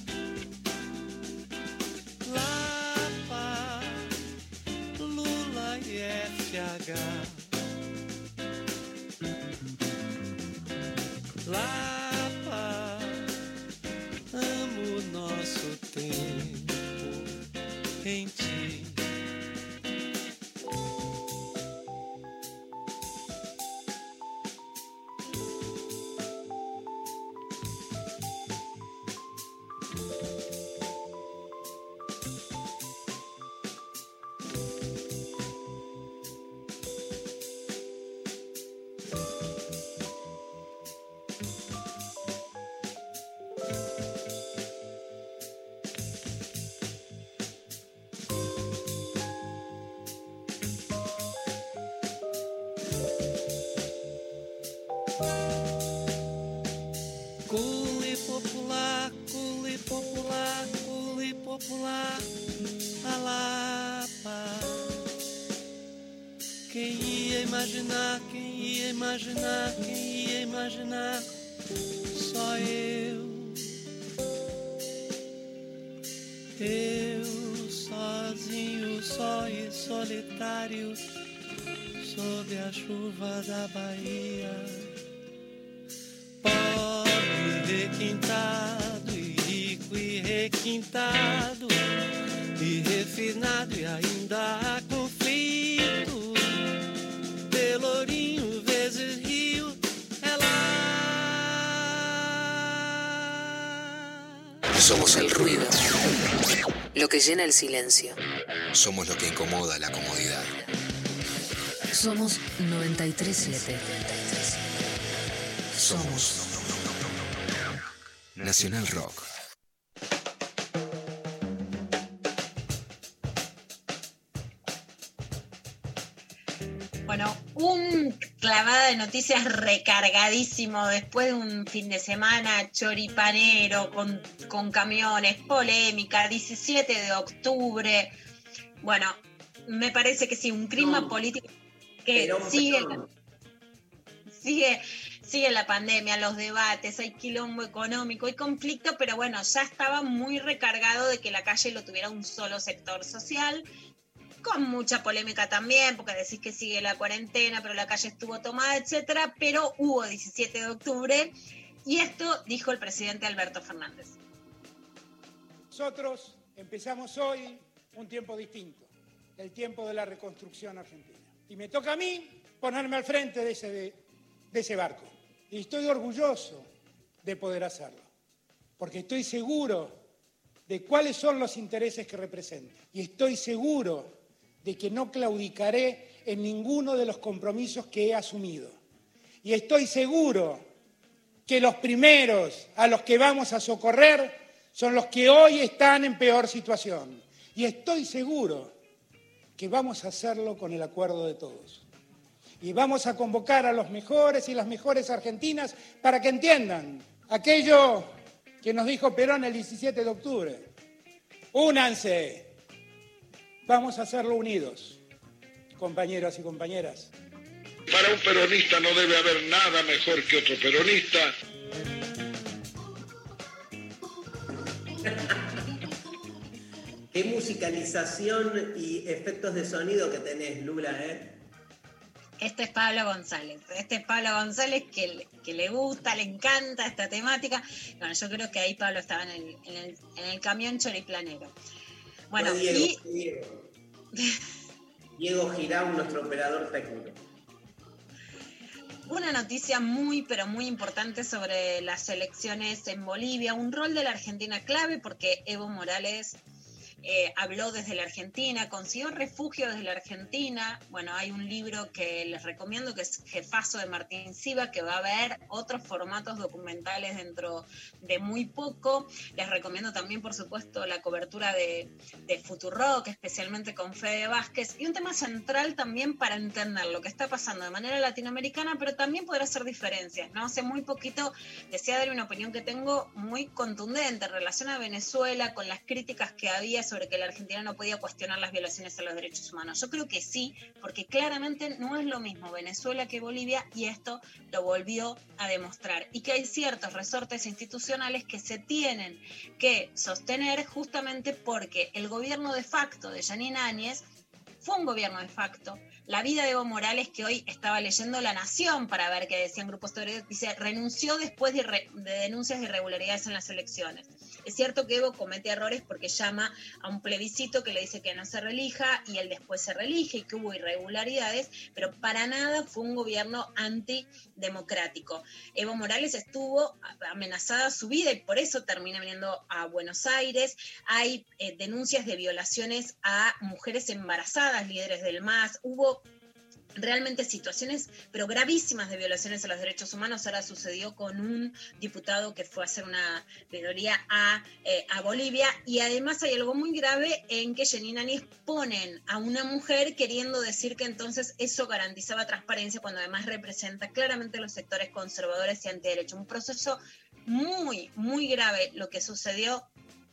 Lapa, Lula e FH. Lapa, amo nosso tempo em ti. imaginar, quem ia imaginar, quem ia imaginar, só eu sozinho, só e solitário, sob a chuva da Bahia, pobre, requintado, e rico e requintado, e refinado, e ainda há conflito, Pelourinho vezes Rio, é lá. Somos el ruido, lo que llena el silencio. Somos lo que incomoda la comodidad. Somos 93.7. Somos Nacional Rock. Bueno, un clavada de noticias recargadísimo después de un fin de semana choripanero con camiones, polémica, 17 de octubre. Bueno, me parece que sí, un clima político que sigue la pandemia, los debates, hay quilombo económico, hay conflicto, pero bueno, ya estaba muy recargado de que la calle lo tuviera un solo sector social, con mucha polémica también, porque decís que sigue la cuarentena, pero la calle estuvo tomada, etcétera, pero hubo 17 de octubre, y esto dijo el presidente Alberto Fernández. Nosotros empezamos hoy un tiempo distinto, el tiempo de la reconstrucción argentina. Y me toca a mí ponerme al frente de ese barco. Y estoy orgulloso de poder hacerlo, porque estoy seguro de cuáles son los intereses que represento. Y estoy seguro de que no claudicaré en ninguno de los compromisos que he asumido. Y estoy seguro que los primeros a los que vamos a socorrer son los que hoy están en peor situación. Y estoy seguro que vamos a hacerlo con el acuerdo de todos. Y vamos a convocar a los mejores y las mejores argentinas para que entiendan aquello que nos dijo Perón el 17 de octubre. Únanse. Vamos a hacerlo unidos, compañeros y compañeras. Para un peronista no debe haber nada mejor que otro peronista. Qué musicalización y efectos de sonido que tenés, Lula, ¿eh? Este es Pablo González que le gusta, le encanta esta temática. Bueno, yo creo que ahí Pablo estaba en el camión choriplanero. Bueno, Diego Girau, nuestro operador técnico. Una noticia muy, pero muy importante sobre las elecciones en Bolivia, un rol de la Argentina clave porque Evo Morales habló desde la Argentina, consiguió refugio desde la Argentina. Bueno, hay un libro que les recomiendo que es Jefazo de Martín Siva, que va a haber otros formatos documentales dentro de muy poco. Les recomiendo también, por supuesto, la cobertura de Futurock, especialmente con Fede Vázquez, y un tema central también para entender lo que está pasando de manera latinoamericana, pero también poder hacer diferencias, ¿no? Hace muy poquito decía dar una opinión que tengo muy contundente en relación a Venezuela, con las críticas que había sobre que la Argentina no podía cuestionar las violaciones a los derechos humanos. Yo creo que sí, porque claramente no es lo mismo Venezuela que Bolivia, y esto lo volvió a demostrar. Y que hay ciertos resortes institucionales que se tienen que sostener justamente porque el gobierno de facto de Yanine Áñez fue un gobierno de facto. La vida de Evo Morales, que hoy estaba leyendo La Nación para ver qué decían grupos teóricos, dice, renunció después de denuncias de irregularidades en las elecciones. Es cierto que Evo comete errores porque llama a un plebiscito que le dice que no se reelija y él después se reelige y que hubo irregularidades, pero para nada fue un gobierno antidemocrático. Evo Morales estuvo amenazada su vida y por eso termina viniendo a Buenos Aires. Hay denuncias de violaciones a mujeres embarazadas, líderes del MAS. Hubo realmente situaciones, pero gravísimas, de violaciones a los derechos humanos. Ahora sucedió con un diputado que fue a hacer una veeduría a Bolivia, y además hay algo muy grave en que Yanine Áñez ponen a una mujer queriendo decir que entonces eso garantizaba transparencia, cuando además representa claramente los sectores conservadores y antiderechos. Un proceso muy, muy grave lo que sucedió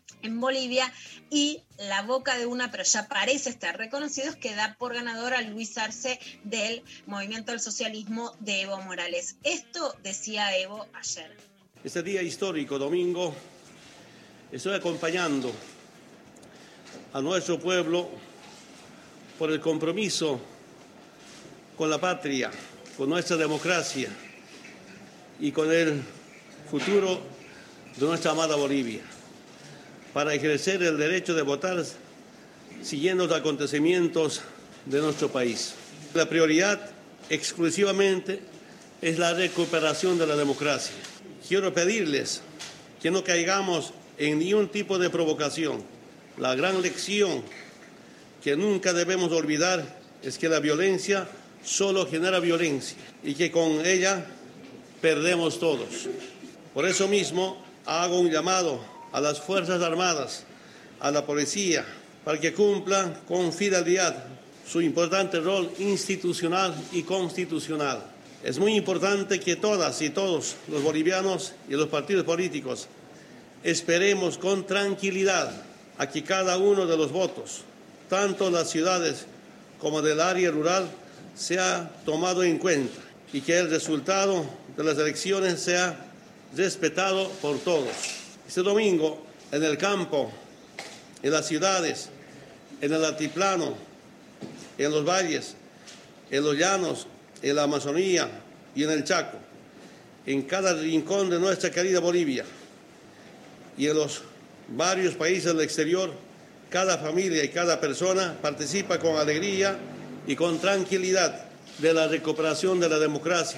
en Bolivia, y la boca de una, pero ya parece estar reconocido, es que da por ganador a Luis Arce del Movimiento del Socialismo de Evo Morales. Esto decía Evo ayer. Este día histórico, domingo, estoy acompañando a nuestro pueblo por el compromiso con la patria, con nuestra democracia y con el futuro de nuestra amada Bolivia, para ejercer el derecho de votar siguiendo los acontecimientos de nuestro país. La prioridad exclusivamente es la recuperación de la democracia. Quiero pedirles que no caigamos en ningún tipo de provocación. La gran lección que nunca debemos olvidar es que la violencia solo genera violencia y que con ella perdemos todos. Por eso mismo hago un llamado a las Fuerzas Armadas, a la policía, para que cumplan con fidelidad su importante rol institucional y constitucional. Es muy importante que todas y todos los bolivianos y los partidos políticos esperemos con tranquilidad a que cada uno de los votos, tanto de las ciudades como del área rural, sea tomado en cuenta y que el resultado de las elecciones sea respetado por todos. Este domingo, en el campo, en las ciudades, en el altiplano, en los valles, en los llanos, en la Amazonía y en el Chaco, en cada rincón de nuestra querida Bolivia y en los varios países del exterior, cada familia y cada persona participa con alegría y con tranquilidad de la recuperación de la democracia.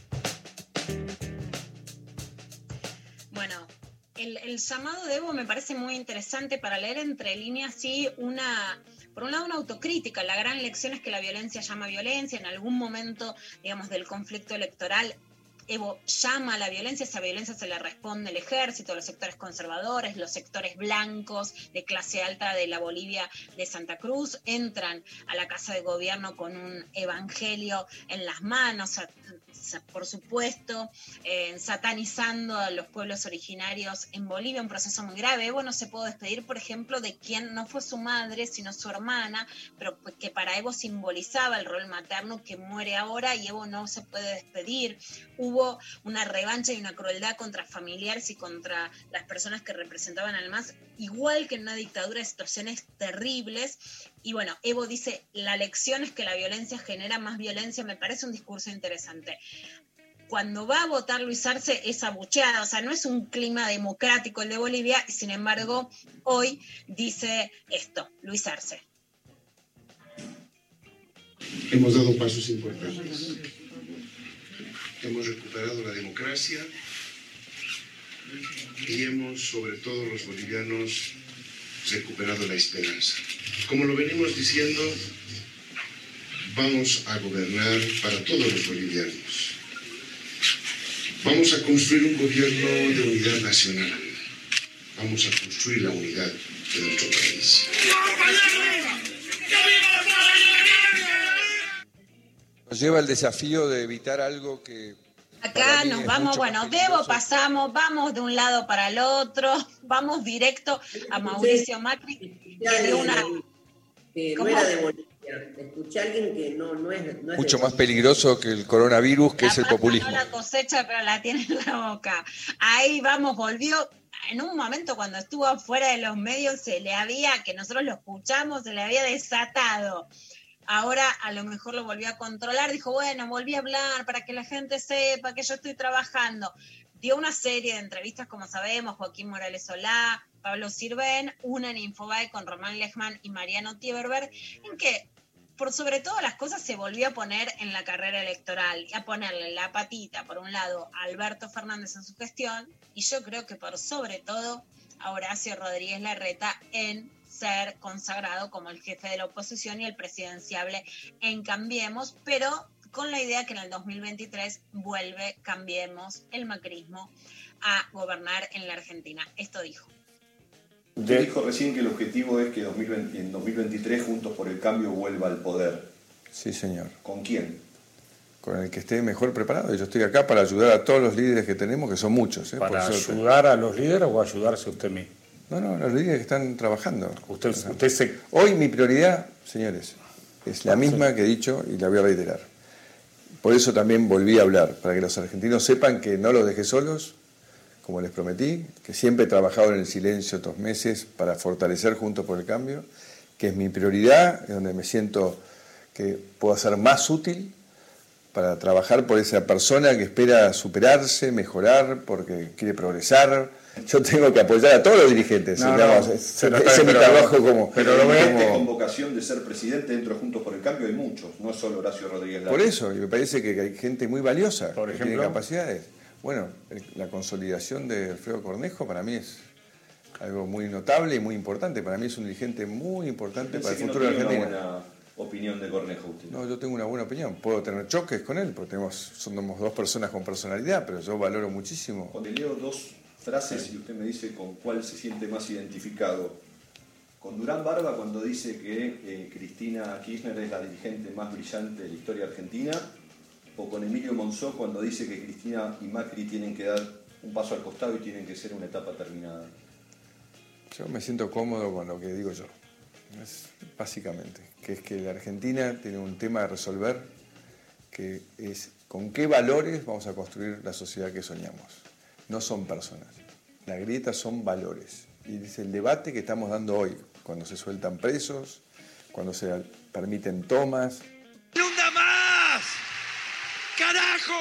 El llamado de Evo me parece muy interesante para leer entre líneas, sí, por un lado una autocrítica. La gran lección es que la violencia llama violencia. En algún momento, digamos, del conflicto electoral, Evo llama a la violencia, esa violencia se le responde el ejército, los sectores conservadores, los sectores blancos de clase alta de la Bolivia de Santa Cruz, entran a la Casa de Gobierno con un evangelio en las manos, por supuesto, satanizando a los pueblos originarios en Bolivia, un proceso muy grave. Evo no se pudo despedir, por ejemplo, de quien no fue su madre, sino su hermana, pero que para Evo simbolizaba el rol materno, que muere ahora, y Evo no se puede despedir. Hubo una revancha y una crueldad contra familiares y contra las personas que representaban al MAS, igual que en una dictadura, situaciones terribles. Y bueno, Evo dice, la lección es que la violencia genera más violencia. Me parece un discurso interesante. Cuando va a votar Luis Arce es abucheada, o sea, no es un clima democrático el de Bolivia, y sin embargo, hoy dice esto, Luis Arce. Hemos dado pasos importantes. Hemos recuperado la democracia y hemos, sobre todo los bolivianos, recuperado la esperanza. Como lo venimos diciendo, vamos a gobernar para todos los bolivianos. Vamos a construir un gobierno de unidad nacional. Vamos a construir la unidad de nuestro país. Nos lleva el desafío de evitar algo que... Acá nos vamos, bueno, de Evo pasamos, vamos de un lado para el otro, vamos directo a Mauricio Macri, que dio una... no era de Bolivia. Escuché a alguien que no es mucho más peligroso que el coronavirus, que es el populismo. No la cosecha, pero la tiene en la boca. Ahí vamos, volvió. En un momento cuando estuvo afuera de los medios se le había, que nosotros lo escuchamos, se le había desatado. Ahora a lo mejor lo volvió a controlar, dijo, bueno, volví a hablar para que la gente sepa que yo estoy trabajando. Dio una serie de entrevistas, como sabemos, Joaquín Morales Solá, Pablo Sirven, una en Infobae con Román Lechman y Mariano Tieberberg, en que por sobre todas las cosas se volvió a poner en la carrera electoral y a ponerle la patita, por un lado, a Alberto Fernández en su gestión, y yo creo que por sobre todo a Horacio Rodríguez Larreta en ser consagrado como el jefe de la oposición y el presidenciable en Cambiemos, pero con la idea que en el 2023 vuelve Cambiemos, el macrismo, a gobernar en la Argentina. Esto dijo. Usted dijo recién que el objetivo es que en 2023 Juntos por el Cambio vuelva al poder. Sí, señor. ¿Con quién? Con el que esté mejor preparado. Yo estoy acá para ayudar a todos los líderes que tenemos, que son muchos. ¿Para ayudar a los líderes o ayudarse usted mismo? No, los líderes que están trabajando. Hoy mi prioridad, señores, es la misma que he dicho y la voy a reiterar. Por eso también volví a hablar, para que los argentinos sepan que no los dejé solos, como les prometí, que siempre he trabajado en el silencio estos meses para fortalecer Juntos por el Cambio, que es mi prioridad, es donde me siento que puedo ser más útil para trabajar por esa persona que espera superarse, mejorar, porque quiere progresar. Yo tengo que apoyar a todos los dirigentes. Ese es mi trabajo como... con vocación de ser presidente dentro de Juntos por el Cambio hay muchos, no es solo Horacio Rodríguez Larreta. Por eso, y me parece que hay gente muy valiosa, que tiene capacidades. Bueno, la consolidación de Alfredo Cornejo para mí es algo muy notable y muy importante. Para mí es un dirigente muy importante para el futuro de Argentina. Una buena opinión de Cornejo usted. No, yo tengo una buena opinión. Puedo tener choques con él, porque somos dos personas con personalidad, pero yo valoro muchísimo. Cuando leo dos frases y usted me dice con cuál se siente más identificado. Con Durán Barba cuando dice que Cristina Kirchner es la dirigente más brillante de la historia argentina, o con Emilio Monzó cuando dice que Cristina y Macri tienen que dar un paso al costado y tienen que ser una etapa terminada. Yo me siento cómodo con lo que digo yo. Básicamente, que es que la Argentina tiene un tema a resolver, que es con qué valores vamos a construir la sociedad que soñamos. No son personas. La grieta son valores. Y es el debate que estamos dando hoy, cuando se sueltan presos, cuando se permiten tomas. ¡Nunca más! ¡Carajo!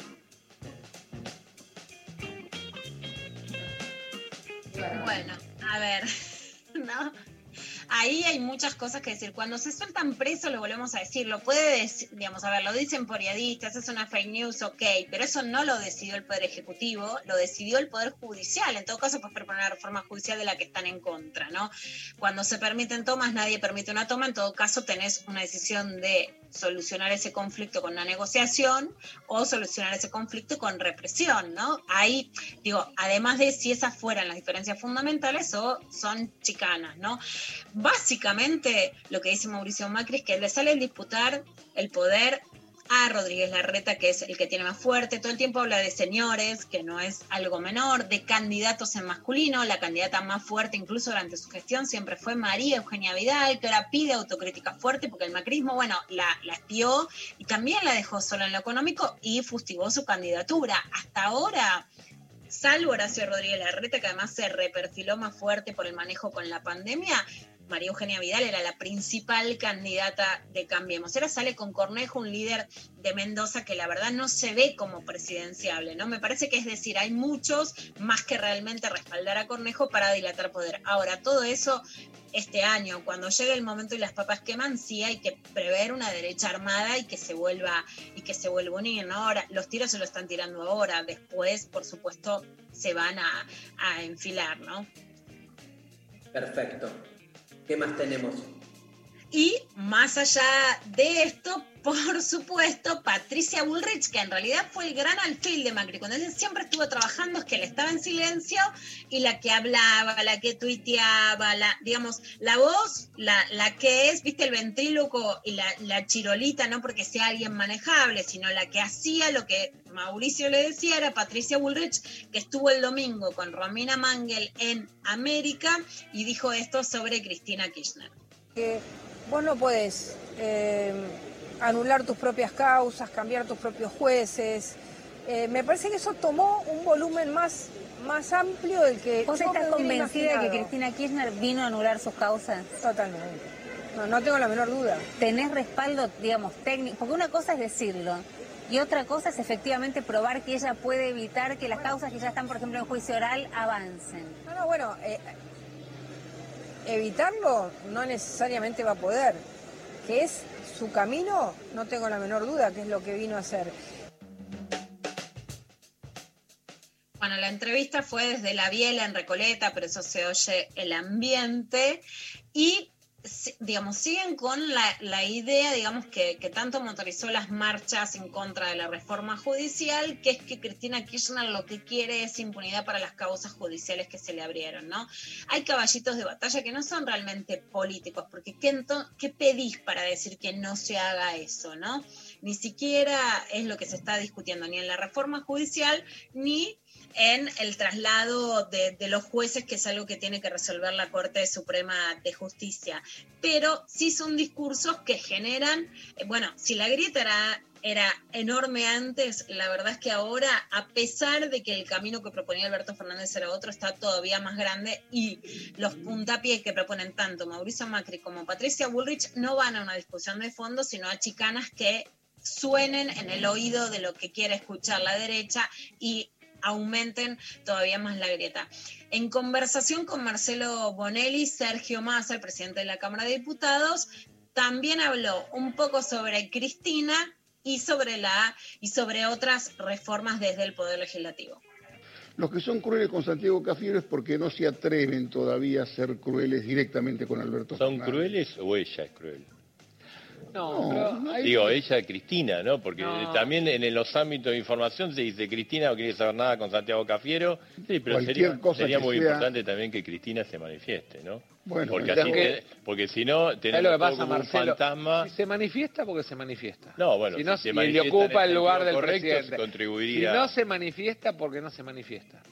Bueno, a ver, ¿no? Ahí hay muchas cosas que decir. Cuando se sueltan presos, lo volvemos a decir, lo puede decir, digamos, a ver, lo dicen periodistas, es una fake news, ok, pero eso no lo decidió el Poder Ejecutivo, lo decidió el Poder Judicial. En todo caso, pues proponer una reforma judicial de la que están en contra, ¿no? Cuando se permiten tomas, nadie permite una toma, en todo caso tenés una decisión de solucionar ese conflicto con una negociación o solucionar ese conflicto con represión, ¿no? Ahí, digo, además de si esas fueran las diferencias fundamentales o son chicanas, ¿no? Básicamente, lo que dice Mauricio Macri es que le sale el disputar el poder a Rodríguez Larreta, que es el que tiene más fuerte. Todo el tiempo habla de señores, que no es algo menor, de candidatos en masculino. La candidata más fuerte, incluso durante su gestión, siempre fue María Eugenia Vidal, que ahora pide autocrítica fuerte porque el macrismo, bueno, la espió y también la dejó sola en lo económico y fustigó su candidatura. Hasta ahora, salvo Horacio Rodríguez Larreta, que además se reperfiló más fuerte por el manejo con la pandemia, María Eugenia Vidal era la principal candidata de Cambiemos. Ahora sale con Cornejo, un líder de Mendoza que la verdad no se ve como presidenciable, ¿no? Me parece que, es decir, hay muchos más que realmente respaldar a Cornejo para dilatar poder. Ahora, todo eso este año, cuando llegue el momento y las papas queman, sí hay que prever una derecha armada y que se vuelva a unir, ¿no? Ahora, los tiros se lo están tirando ahora, después, por supuesto, se van a enfilar, ¿no? Perfecto. ¿Qué más tenemos? Y más allá de esto, por supuesto, Patricia Bullrich, que en realidad fue el gran alfil de Macri, cuando él siempre estuvo trabajando, es que él estaba en silencio y la que hablaba, la que tuiteaba, digamos, la voz, la que es, viste, el ventríloco y la chirolita, no porque sea alguien manejable, sino la que hacía lo que Mauricio le decía, era Patricia Bullrich, que estuvo el domingo con Romina Mangel en América y dijo esto sobre Cristina Kirchner. Que vos no podés anular tus propias causas, cambiar tus propios jueces. Me parece que eso tomó un volumen más amplio del que ¿Vos estás convencida de que Cristina Kirchner vino a anular sus causas? Totalmente. No tengo la menor duda. ¿Tenés respaldo, digamos, técnico? Porque una cosa es decirlo y otra cosa es efectivamente probar que ella puede evitar que las causas que ya están, por ejemplo, en juicio oral avancen. Bueno, evitarlo no necesariamente va a poder. Que es su camino, no tengo la menor duda que es lo que vino a hacer. Bueno, la entrevista fue desde La Biela en Recoleta, pero eso se oye el ambiente. Y, digamos, siguen con la idea, digamos, que tanto motorizó las marchas en contra de la reforma judicial, que es que Cristina Kirchner lo que quiere es impunidad para las causas judiciales que se le abrieron, ¿no? Hay caballitos de batalla que no son realmente políticos, porque ¿qué pedís para decir que no se haga eso, no? ni siquiera es lo que se está discutiendo ni en la reforma judicial ni en el traslado de los jueces, que es algo que tiene que resolver la Corte Suprema de Justicia. Pero sí son discursos que generan, bueno, si la grieta era enorme antes, la verdad es que ahora, a pesar de que el camino que proponía Alberto Fernández era otro, está todavía más grande, y los puntapiés que proponen tanto Mauricio Macri como Patricia Bullrich no van a una discusión de fondo, sino a chicanas que suenen en el oído de lo que quiere escuchar la derecha y aumenten todavía más la grieta. En conversación con Marcelo Bonelli, Sergio Massa, el presidente de la Cámara de Diputados, también habló un poco sobre Cristina y sobre otras reformas desde el Poder Legislativo. Los que son crueles con Santiago Cafiero es porque no se atreven todavía a ser crueles directamente con Alberto Fernández. ¿Son crueles o ella es cruel? No, digo, ella, Cristina, ¿no? Porque también en los ámbitos de información se dice Cristina no quiere saber nada con Santiago Cafiero, sí, pero sería muy importante también que Cristina se manifieste, ¿no? Bueno, porque si no, tenemos todo como un fantasma. Si se manifiesta, porque se manifiesta. No, bueno, si le ocupa el lugar del presidente. Contribuiría. Si no se manifiesta, porque no se manifiesta.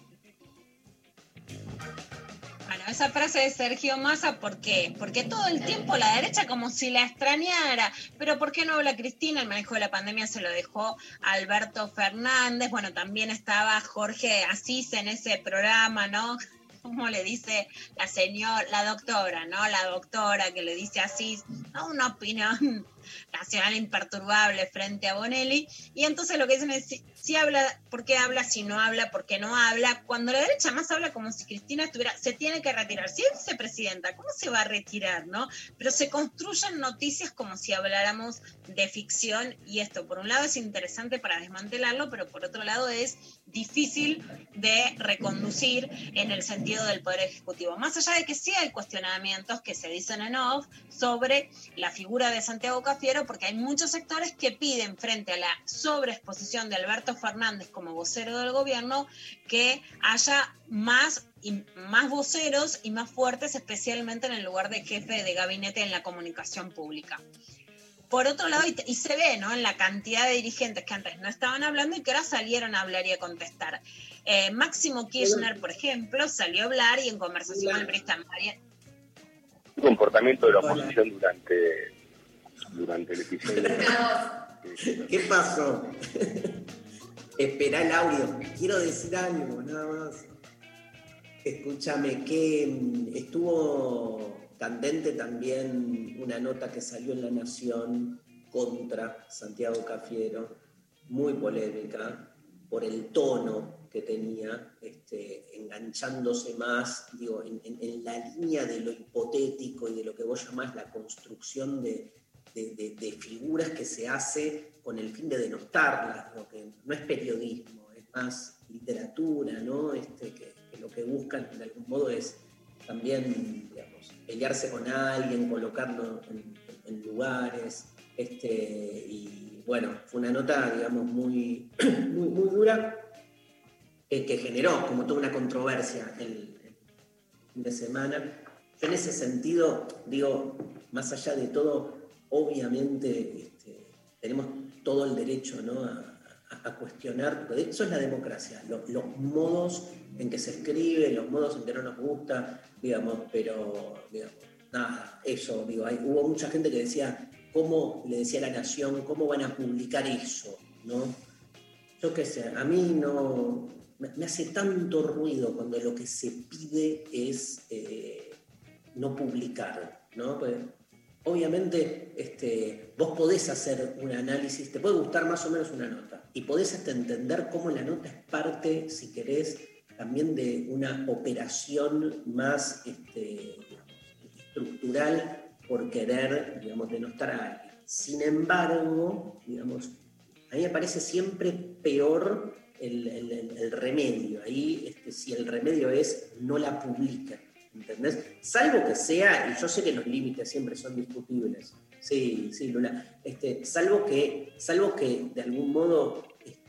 Bueno, esa frase de Sergio Massa, ¿por qué? Porque todo el tiempo la derecha como si la extrañara. Pero ¿por qué no habla Cristina? El manejo de la pandemia se lo dejó a Alberto Fernández. Bueno, también estaba Jorge Asís en ese programa, ¿no? Como le dice la doctora, ¿no? La doctora que le dice Asís, ¿no? Una opinión nacional imperturbable frente a Bonelli. Y entonces lo que dicen es, si habla, ¿por qué habla? Si no habla, ¿por qué no habla? Cuando la derecha más habla como si Cristina se tiene que retirar. Si es vicepresidenta, ¿cómo se va a retirar, no? Pero se construyen noticias como si habláramos de ficción, y esto por un lado es interesante para desmantelarlo, pero por otro lado es difícil de reconducir en el sentido del Poder Ejecutivo. Más allá de que sí hay cuestionamientos que se dicen en off sobre la figura de Santiago Cafiero, porque hay muchos sectores que piden, frente a la sobreexposición de Alberto Fernández como vocero del gobierno, que haya más voceros y más fuertes, especialmente en el lugar de jefe de gabinete en la comunicación pública. Por otro lado, y se ve, ¿no?, en la cantidad de dirigentes que antes no estaban hablando y que ahora salieron a hablar y a contestar. Máximo Kirchner, por ejemplo, salió a hablar y en conversación con el periodista María. El comportamiento de la oposición durante el episodio. ¿Qué pasó? Esperá el audio. Quiero decir algo, nada más. Escúchame, que estuvo candente también una nota que salió en La Nación contra Santiago Cafiero, muy polémica, por el tono que tenía, enganchándose más, digo, en la línea de lo hipotético y de lo que vos llamás la construcción de figuras que se hace con el fin de denostarlas, ¿no? Que no es periodismo, es más literatura, ¿no? Que lo que buscan de algún modo es también, digamos, pelearse con alguien, colocarlo en lugares, y bueno, fue una nota, digamos, muy dura, que generó como toda una controversia el fin de semana. Yo en ese sentido, digo, más allá de todo, obviamente tenemos todo el derecho, ¿no?, a cuestionar, porque eso es la democracia, los modos en que se escribe, los modos en que no nos gusta, digamos, pero, digamos, nada, eso, digo, hubo mucha gente que decía, ¿cómo, le decía a La Nación, cómo van a publicar eso, ¿no? Yo qué sé, a mí no, me hace tanto ruido cuando lo que se pide es no publicar, ¿no? Pues, obviamente, vos podés hacer un análisis, te puede gustar más o menos una nota, y podés hasta entender cómo la nota es parte, si querés, también de una operación más estructural por querer, digamos, denostar a alguien. Sin embargo, digamos, a mí me parece siempre peor el remedio. Ahí, si el remedio es no la publica, ¿entendés? Salvo que sea, y yo sé que los límites siempre son discutibles, sí, Lula, salvo que de algún modo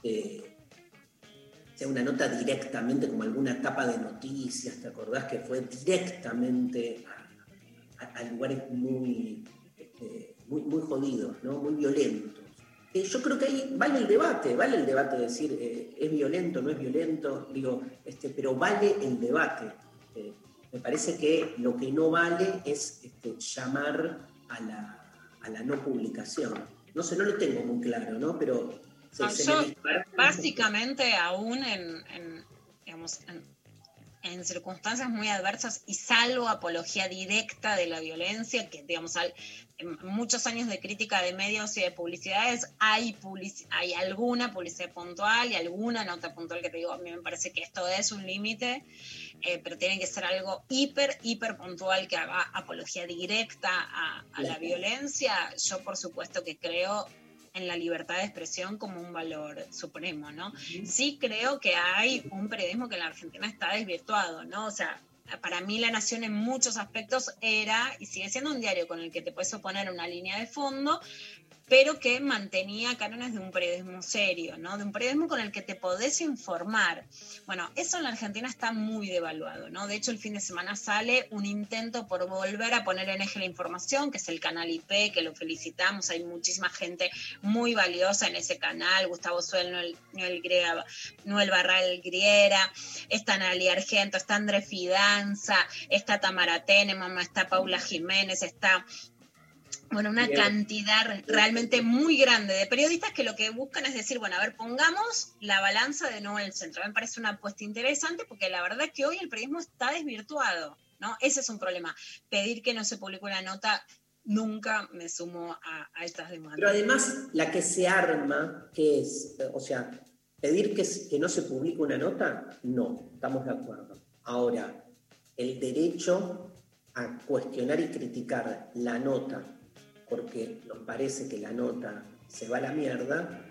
sea una nota directamente, como alguna tapa de noticias, ¿te acordás? Que fue directamente a lugares muy jodidos, ¿no? Muy violentos. Yo creo que ahí vale el debate de decir, ¿es violento, no es violento? Digo, pero vale el debate. Me parece que lo que no vale es llamar a la no publicación. No sé, no lo tengo muy claro, ¿no? Pero básicamente aún en circunstancias muy adversas y salvo apología directa de la violencia, que digamos en muchos años de crítica de medios y de publicidades hay alguna publicidad puntual y alguna nota puntual que te digo, a mí me parece que esto es un límite, pero tiene que ser algo hiper puntual que haga apología directa a la violencia. Yo por supuesto que creo en la libertad de expresión como un valor supremo, ¿no? Sí creo que hay un periodismo que en la Argentina está desvirtuado, ¿no? O sea, para mí La Nación en muchos aspectos era y sigue siendo un diario con el que te puedes oponer una línea de fondo, pero que mantenía cánones de un periodismo serio, ¿no? De un periodismo con el que te podés informar. Bueno, eso en la Argentina está muy devaluado, ¿no? De hecho, el fin de semana sale un intento por volver a poner en eje la información, que es el canal IP, que lo felicitamos, hay muchísima gente muy valiosa en ese canal, Gustavo Suel, Noel Barral Griera, está Nali Argento, está André Fidanza, está Tamara Teneman, está Paula Jiménez, está... Bueno, una cantidad realmente muy grande de periodistas que lo que buscan es decir, bueno, a ver, pongamos la balanza de nuevo en el centro. Me parece una apuesta interesante porque la verdad es que hoy el periodismo está desvirtuado, ¿no? Ese es un problema. Pedir que no se publique una nota, nunca me sumo a estas demandas. Pero además, la que se arma, ¿qué es? O sea, pedir que no se publique una nota, no, estamos de acuerdo. Ahora, el derecho a cuestionar y criticar la nota porque nos parece que la nota se va a la mierda,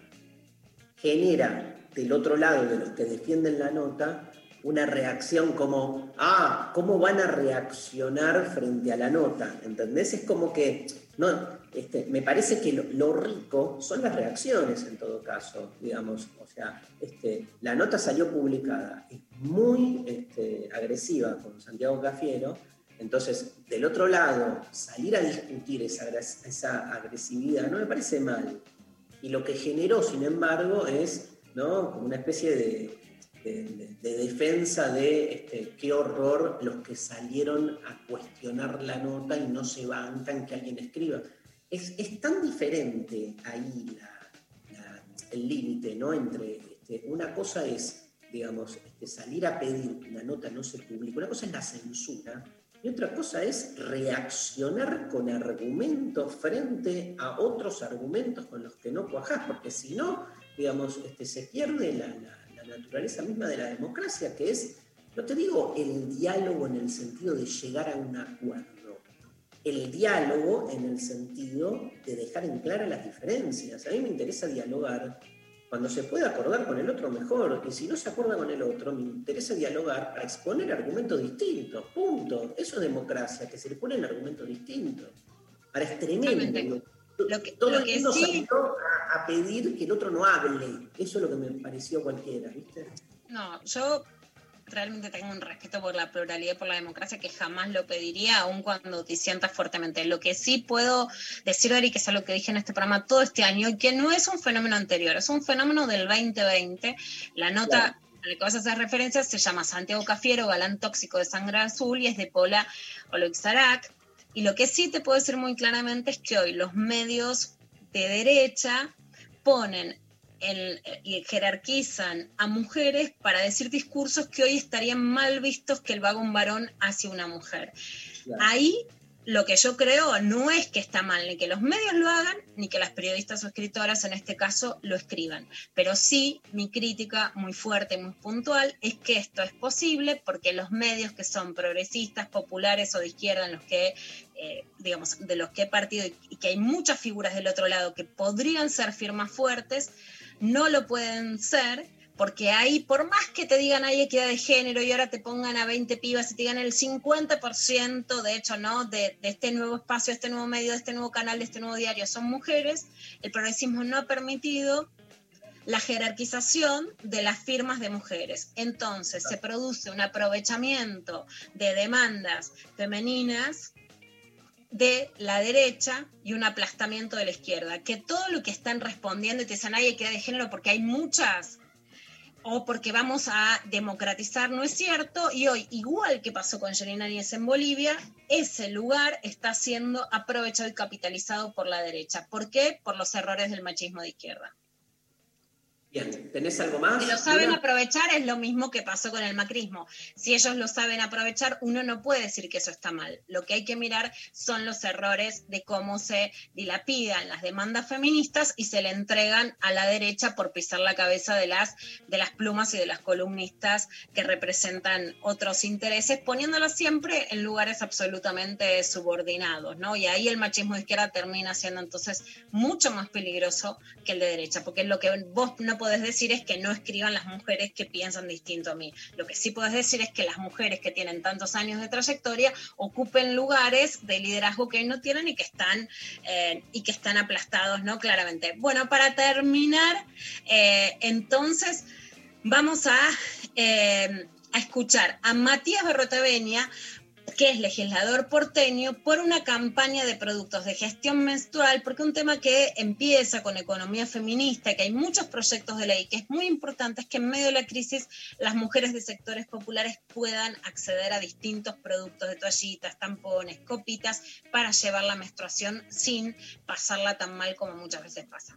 genera del otro lado de los que defienden la nota una reacción como, ¿cómo van a reaccionar frente a la nota? ¿Entendés? Es como que, no, me parece que lo rico son las reacciones en todo caso, digamos, o sea, la nota salió publicada, es muy agresiva con Santiago Cafiero. Entonces, del otro lado, salir a discutir esa agresividad no me parece mal. Y lo que generó, sin embargo, es, ¿no?, como una especie de defensa de qué horror los que salieron a cuestionar la nota y no se bancan que alguien escriba. Es tan diferente ahí el límite, ¿no?, entre una cosa es, digamos, salir a pedir que una nota no se publique, una cosa es la censura, y otra cosa es reaccionar con argumentos frente a otros argumentos con los que no cuajás, porque si no, digamos, se pierde la naturaleza misma de la democracia, que es, no te digo el diálogo en el sentido de llegar a un acuerdo, el diálogo en el sentido de dejar en clara las diferencias. A mí me interesa dialogar cuando se puede acordar con el otro mejor, y si no se acuerda con el otro, me interesa dialogar para exponer argumentos distintos, punto. Eso es democracia, que circulen argumentos distintos. Ahora es tremendo. Todo el mundo salió a pedir que el otro no hable. Eso es lo que me pareció cualquiera, ¿viste? No, yo realmente tengo un respeto por la pluralidad y por la democracia que jamás lo pediría, aun cuando te sientas fuertemente. Lo que sí puedo decir, Ari, que es algo que dije en este programa todo este año, y que no es un fenómeno anterior, es un fenómeno del 2020. La nota a la que vas a hacer referencia se llama Santiago Cafiero, galán tóxico de sangre azul, y es de Paula Oloixarac. Y lo que sí te puedo decir muy claramente es que hoy los medios de derecha ponen y jerarquizan a mujeres para decir discursos que hoy estarían mal vistos que lo haga un varón hacia una mujer. Claro. Ahí lo que yo creo no es que está mal ni que los medios lo hagan, ni que las periodistas o escritoras en este caso lo escriban. Pero sí, mi crítica muy fuerte, muy puntual, es que esto es posible porque los medios que son progresistas, populares o de izquierda, en los que digamos, de los que he partido y que hay muchas figuras del otro lado que podrían ser firmas fuertes, no lo pueden ser, porque ahí, por más que te digan hay equidad de género y ahora te pongan a 20 pibas y te digan el 50%, de hecho, ¿no?, de este nuevo espacio, de este nuevo medio, de este nuevo canal, de este nuevo diario, son mujeres, el progresismo no ha permitido la jerarquización de las firmas de mujeres. Entonces, se produce un aprovechamiento de demandas femeninas de la derecha y un aplastamiento de la izquierda, que todo lo que están respondiendo y te dicen, hay equidad de género porque hay muchas, o porque vamos a democratizar, no es cierto, y hoy, igual que pasó con Yanina Áñez en Bolivia, ese lugar está siendo aprovechado y capitalizado por la derecha. ¿Por qué? Por los errores del machismo de izquierda. Bien, ¿tenés algo más? Si lo saben aprovechar es lo mismo que pasó con el macrismo. Si ellos lo saben aprovechar, uno no puede decir que eso está mal. Lo que hay que mirar son los errores de cómo se dilapidan las demandas feministas y se le entregan a la derecha por pisar la cabeza de las plumas y de las columnistas que representan otros intereses, poniéndolas siempre en lugares absolutamente subordinados, ¿no? Y ahí el machismo de izquierda termina siendo entonces mucho más peligroso que el de derecha, porque lo que vos no podés decir es que no escriban las mujeres que piensan distinto a mí. Lo que sí podés decir es que las mujeres que tienen tantos años de trayectoria ocupen lugares de liderazgo que no tienen y que están aplastados, ¿no? Claramente. Bueno, para terminar, entonces vamos a escuchar a Matías Berrotaveña, que es legislador porteño, por una campaña de productos de gestión menstrual, porque un tema que empieza con economía feminista, que hay muchos proyectos de ley, que es muy importante, es que en medio de la crisis las mujeres de sectores populares puedan acceder a distintos productos de toallitas, tampones, copitas, para llevar la menstruación sin pasarla tan mal como muchas veces pasa.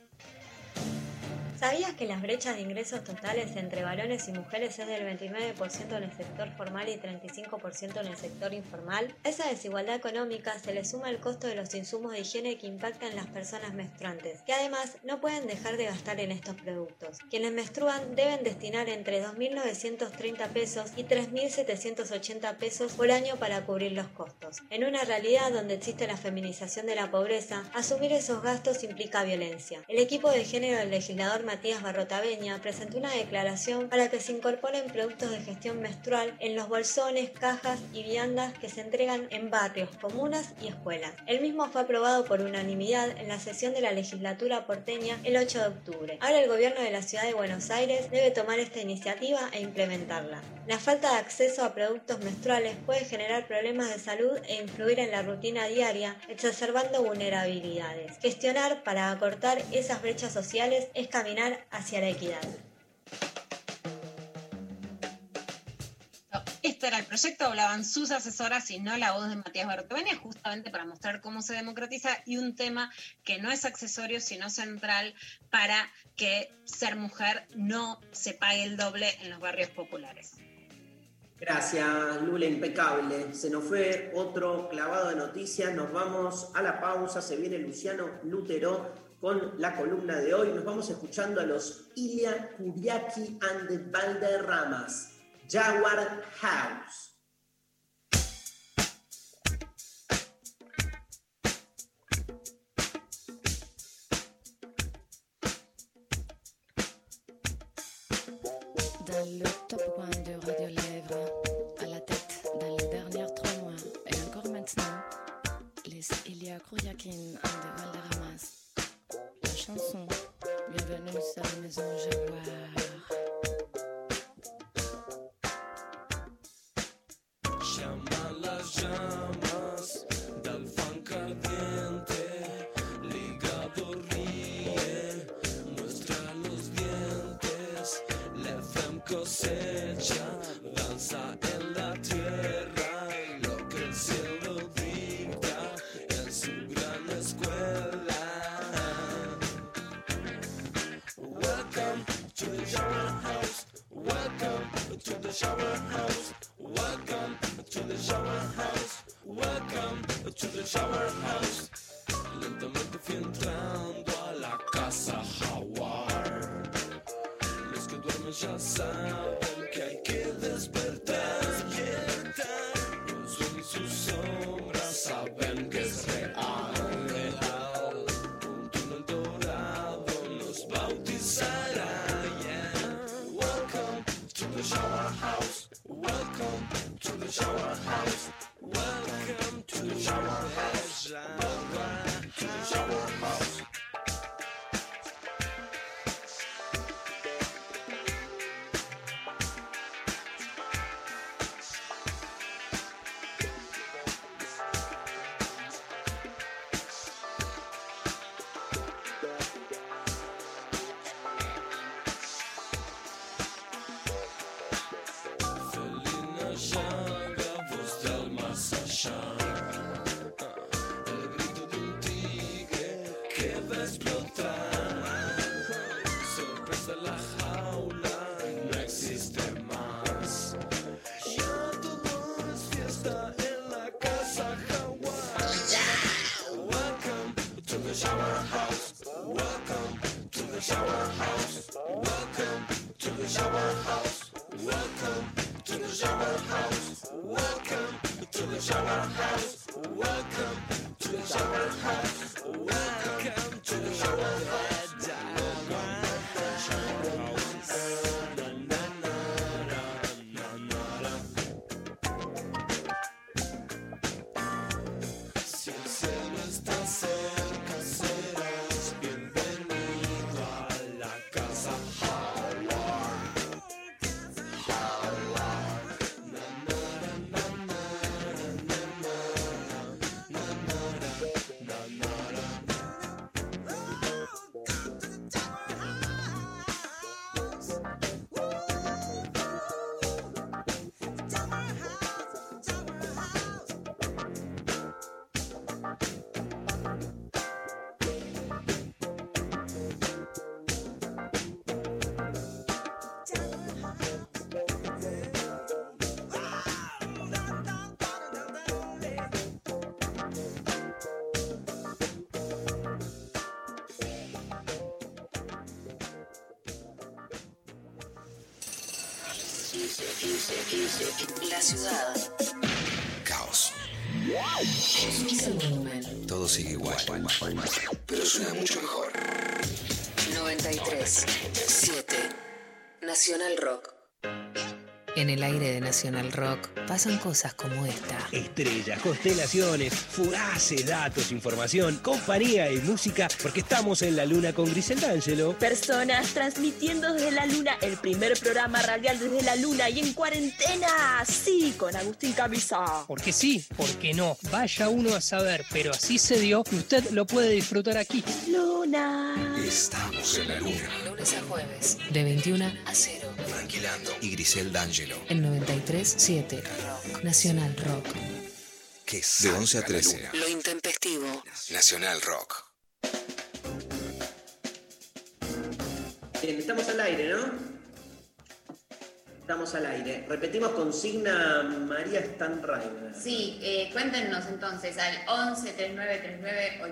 ¿Sabías que las brechas de ingresos totales entre varones y mujeres es del 29% en el sector formal y 35% en el sector informal? A esa desigualdad económica se le suma el costo de los insumos de higiene que impactan en las personas menstruantes, que además no pueden dejar de gastar en estos productos. Quienes menstruan deben destinar entre 2.930 pesos y 3.780 pesos por año para cubrir los costos. En una realidad donde existe la feminización de la pobreza, asumir esos gastos implica violencia. El equipo de género del legislador Matías Berrotaveña presentó una declaración para que se incorporen productos de gestión menstrual en los bolsones, cajas y viandas que se entregan en barrios, comunas y escuelas. El mismo fue aprobado por unanimidad en la sesión de la legislatura porteña el 8 de octubre. Ahora el gobierno de la ciudad de Buenos Aires debe tomar esta iniciativa e implementarla. La falta de acceso a productos menstruales puede generar problemas de salud e influir en la rutina diaria, exacerbando vulnerabilidades. Gestionar para acortar esas brechas sociales es caminar hacia la equidad. Este era el proyecto, hablaban sus asesoras y no la voz de Matías Berrotaveña, justamente para mostrar cómo se democratiza y un tema que no es accesorio sino central para que ser mujer no se pague el doble en los barrios populares. Gracias, Lula, impecable. Se nos fue otro clavado de noticias, nos vamos a la pausa, se viene Luciano Lutero con la columna de hoy. Nos vamos escuchando a los Ilia Kuriaki and the Valderramas, Jaguar House. Dans le top 1 de Radio Lèvres, à la tête dans les derniers 3 mois et encore maintenant, les Ilia Kuriakin and the Valderramas. La chanson Bienvenue sur la maison Jaguar. Llama las llamas del funk ardiente, ligado ríe, muestra los dientes, la femme cosecha, danza en la tierra, lo que el cielo dicta en su gran escuela. Welcome to the shower house. Welcome to the shower house. Welcome to the shower house. Welcome to the shower house. Lentamente fui entrando a la casa Jaguar. Los que duermen ya saben que hay que despertar. Los sueños y sus sombras saben que es real. Un túnel dorado nos bautizará. Welcome to the shower house. Welcome to the shower house. Welcome to the shower house. Welcome to the shower house. shower house. Welcome to the shower house. Welcome to the shower house. Si el cielo está cerca, serás bienvenido a la casa Howard. La ciudad. Caos. Subís el volumen. Todo sigue igual, pero suena mucho mejor. 93.7 Nacional Rock. En el aire de Nacional Rock pasan cosas como esta. Estrellas, constelaciones, fugaces, datos, información, compañía y música, porque estamos en la luna con Grisel D'Angelo. Personas transmitiendo desde la luna, el primer programa radial desde la luna y en cuarentena, sí, con Agustín Camisa. Porque sí, porque no, vaya uno a saber, pero así se dio y usted lo puede disfrutar aquí. Luna. Estamos en la luna. Lunes a jueves, de 21 a 0. Franquilando y Grisel D'Angelo. En 93.7 Rock. Nacional Rock. Que de 11 a 13. Lo intempestivo. Nacional Rock. Bien, estamos al aire, ¿no? Estamos al aire. Repetimos consigna María Stanraiver. Sí, cuéntenos entonces al 11 39 39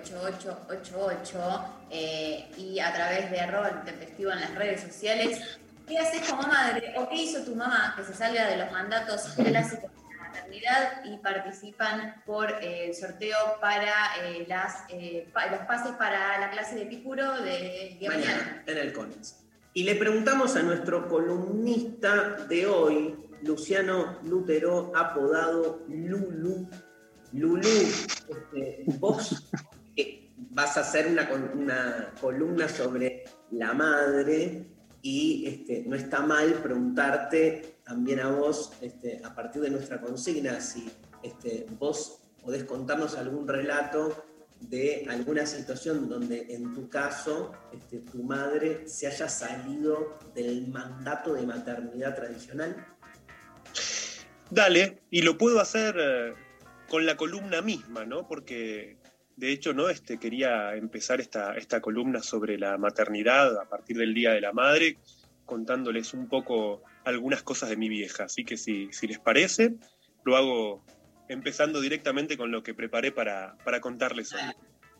8888 y a través de @intempestivo en las redes sociales. ¿Qué haces como madre o qué hizo tu mamá que se salga de los mandatos clásicos de la maternidad y participan por el sorteo para los pases para la clase de Epicuro de mañana en el CONEX? Y le preguntamos a nuestro columnista de hoy, Luciano Lutero, apodado Lulú. Lulú, vos vas a hacer una columna sobre la madre. Y no está mal preguntarte también a vos, a partir de nuestra consigna, si vos podés contarnos algún relato de alguna situación donde en tu caso tu madre se haya salido del mandato de maternidad tradicional. Dale, y lo puedo hacer con la columna misma, ¿no? Porque de hecho, ¿no? Quería empezar esta columna sobre la maternidad a partir del Día de la Madre, contándoles un poco algunas cosas de mi vieja. Así que si les parece, lo hago empezando directamente con lo que preparé para contarles hoy.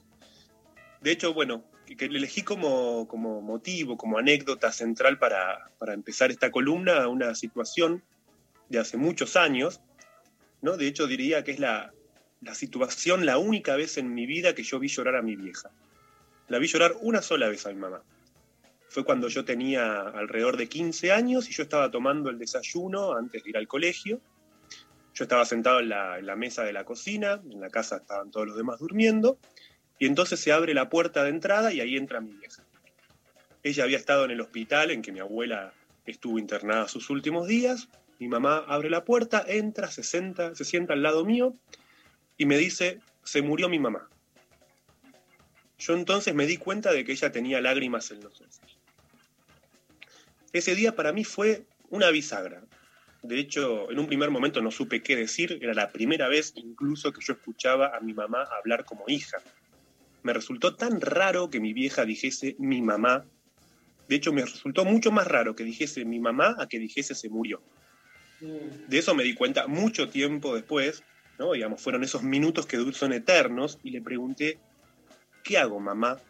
De hecho, bueno, que elegí como motivo, como anécdota central para empezar esta columna una situación de hace muchos años, ¿no? De hecho, diría que es la situación, la única vez en mi vida que yo vi llorar a mi vieja. La vi llorar una sola vez a mi mamá. Fue cuando yo tenía alrededor de 15 años y yo estaba tomando el desayuno antes de ir al colegio. Yo estaba sentado en la mesa de la cocina, en la casa estaban todos los demás durmiendo, y entonces se abre la puerta de entrada y ahí entra mi vieja. Ella había estado en el hospital en que mi abuela estuvo internada sus últimos días. Mi mamá abre la puerta, entra, se sienta al lado mío, y me dice, se murió mi mamá. Yo entonces me di cuenta de que ella tenía lágrimas en los ojos. Ese día para mí fue una bisagra. De hecho, en un primer momento no supe qué decir. Era la primera vez incluso que yo escuchaba a mi mamá hablar como hija. Me resultó tan raro que mi vieja dijese mi mamá. De hecho, me resultó mucho más raro que dijese mi mamá a que dijese se murió. De eso me di cuenta mucho tiempo después, ¿no? Digamos, fueron esos minutos que son eternos, y le pregunté, ¿qué hago, mamá?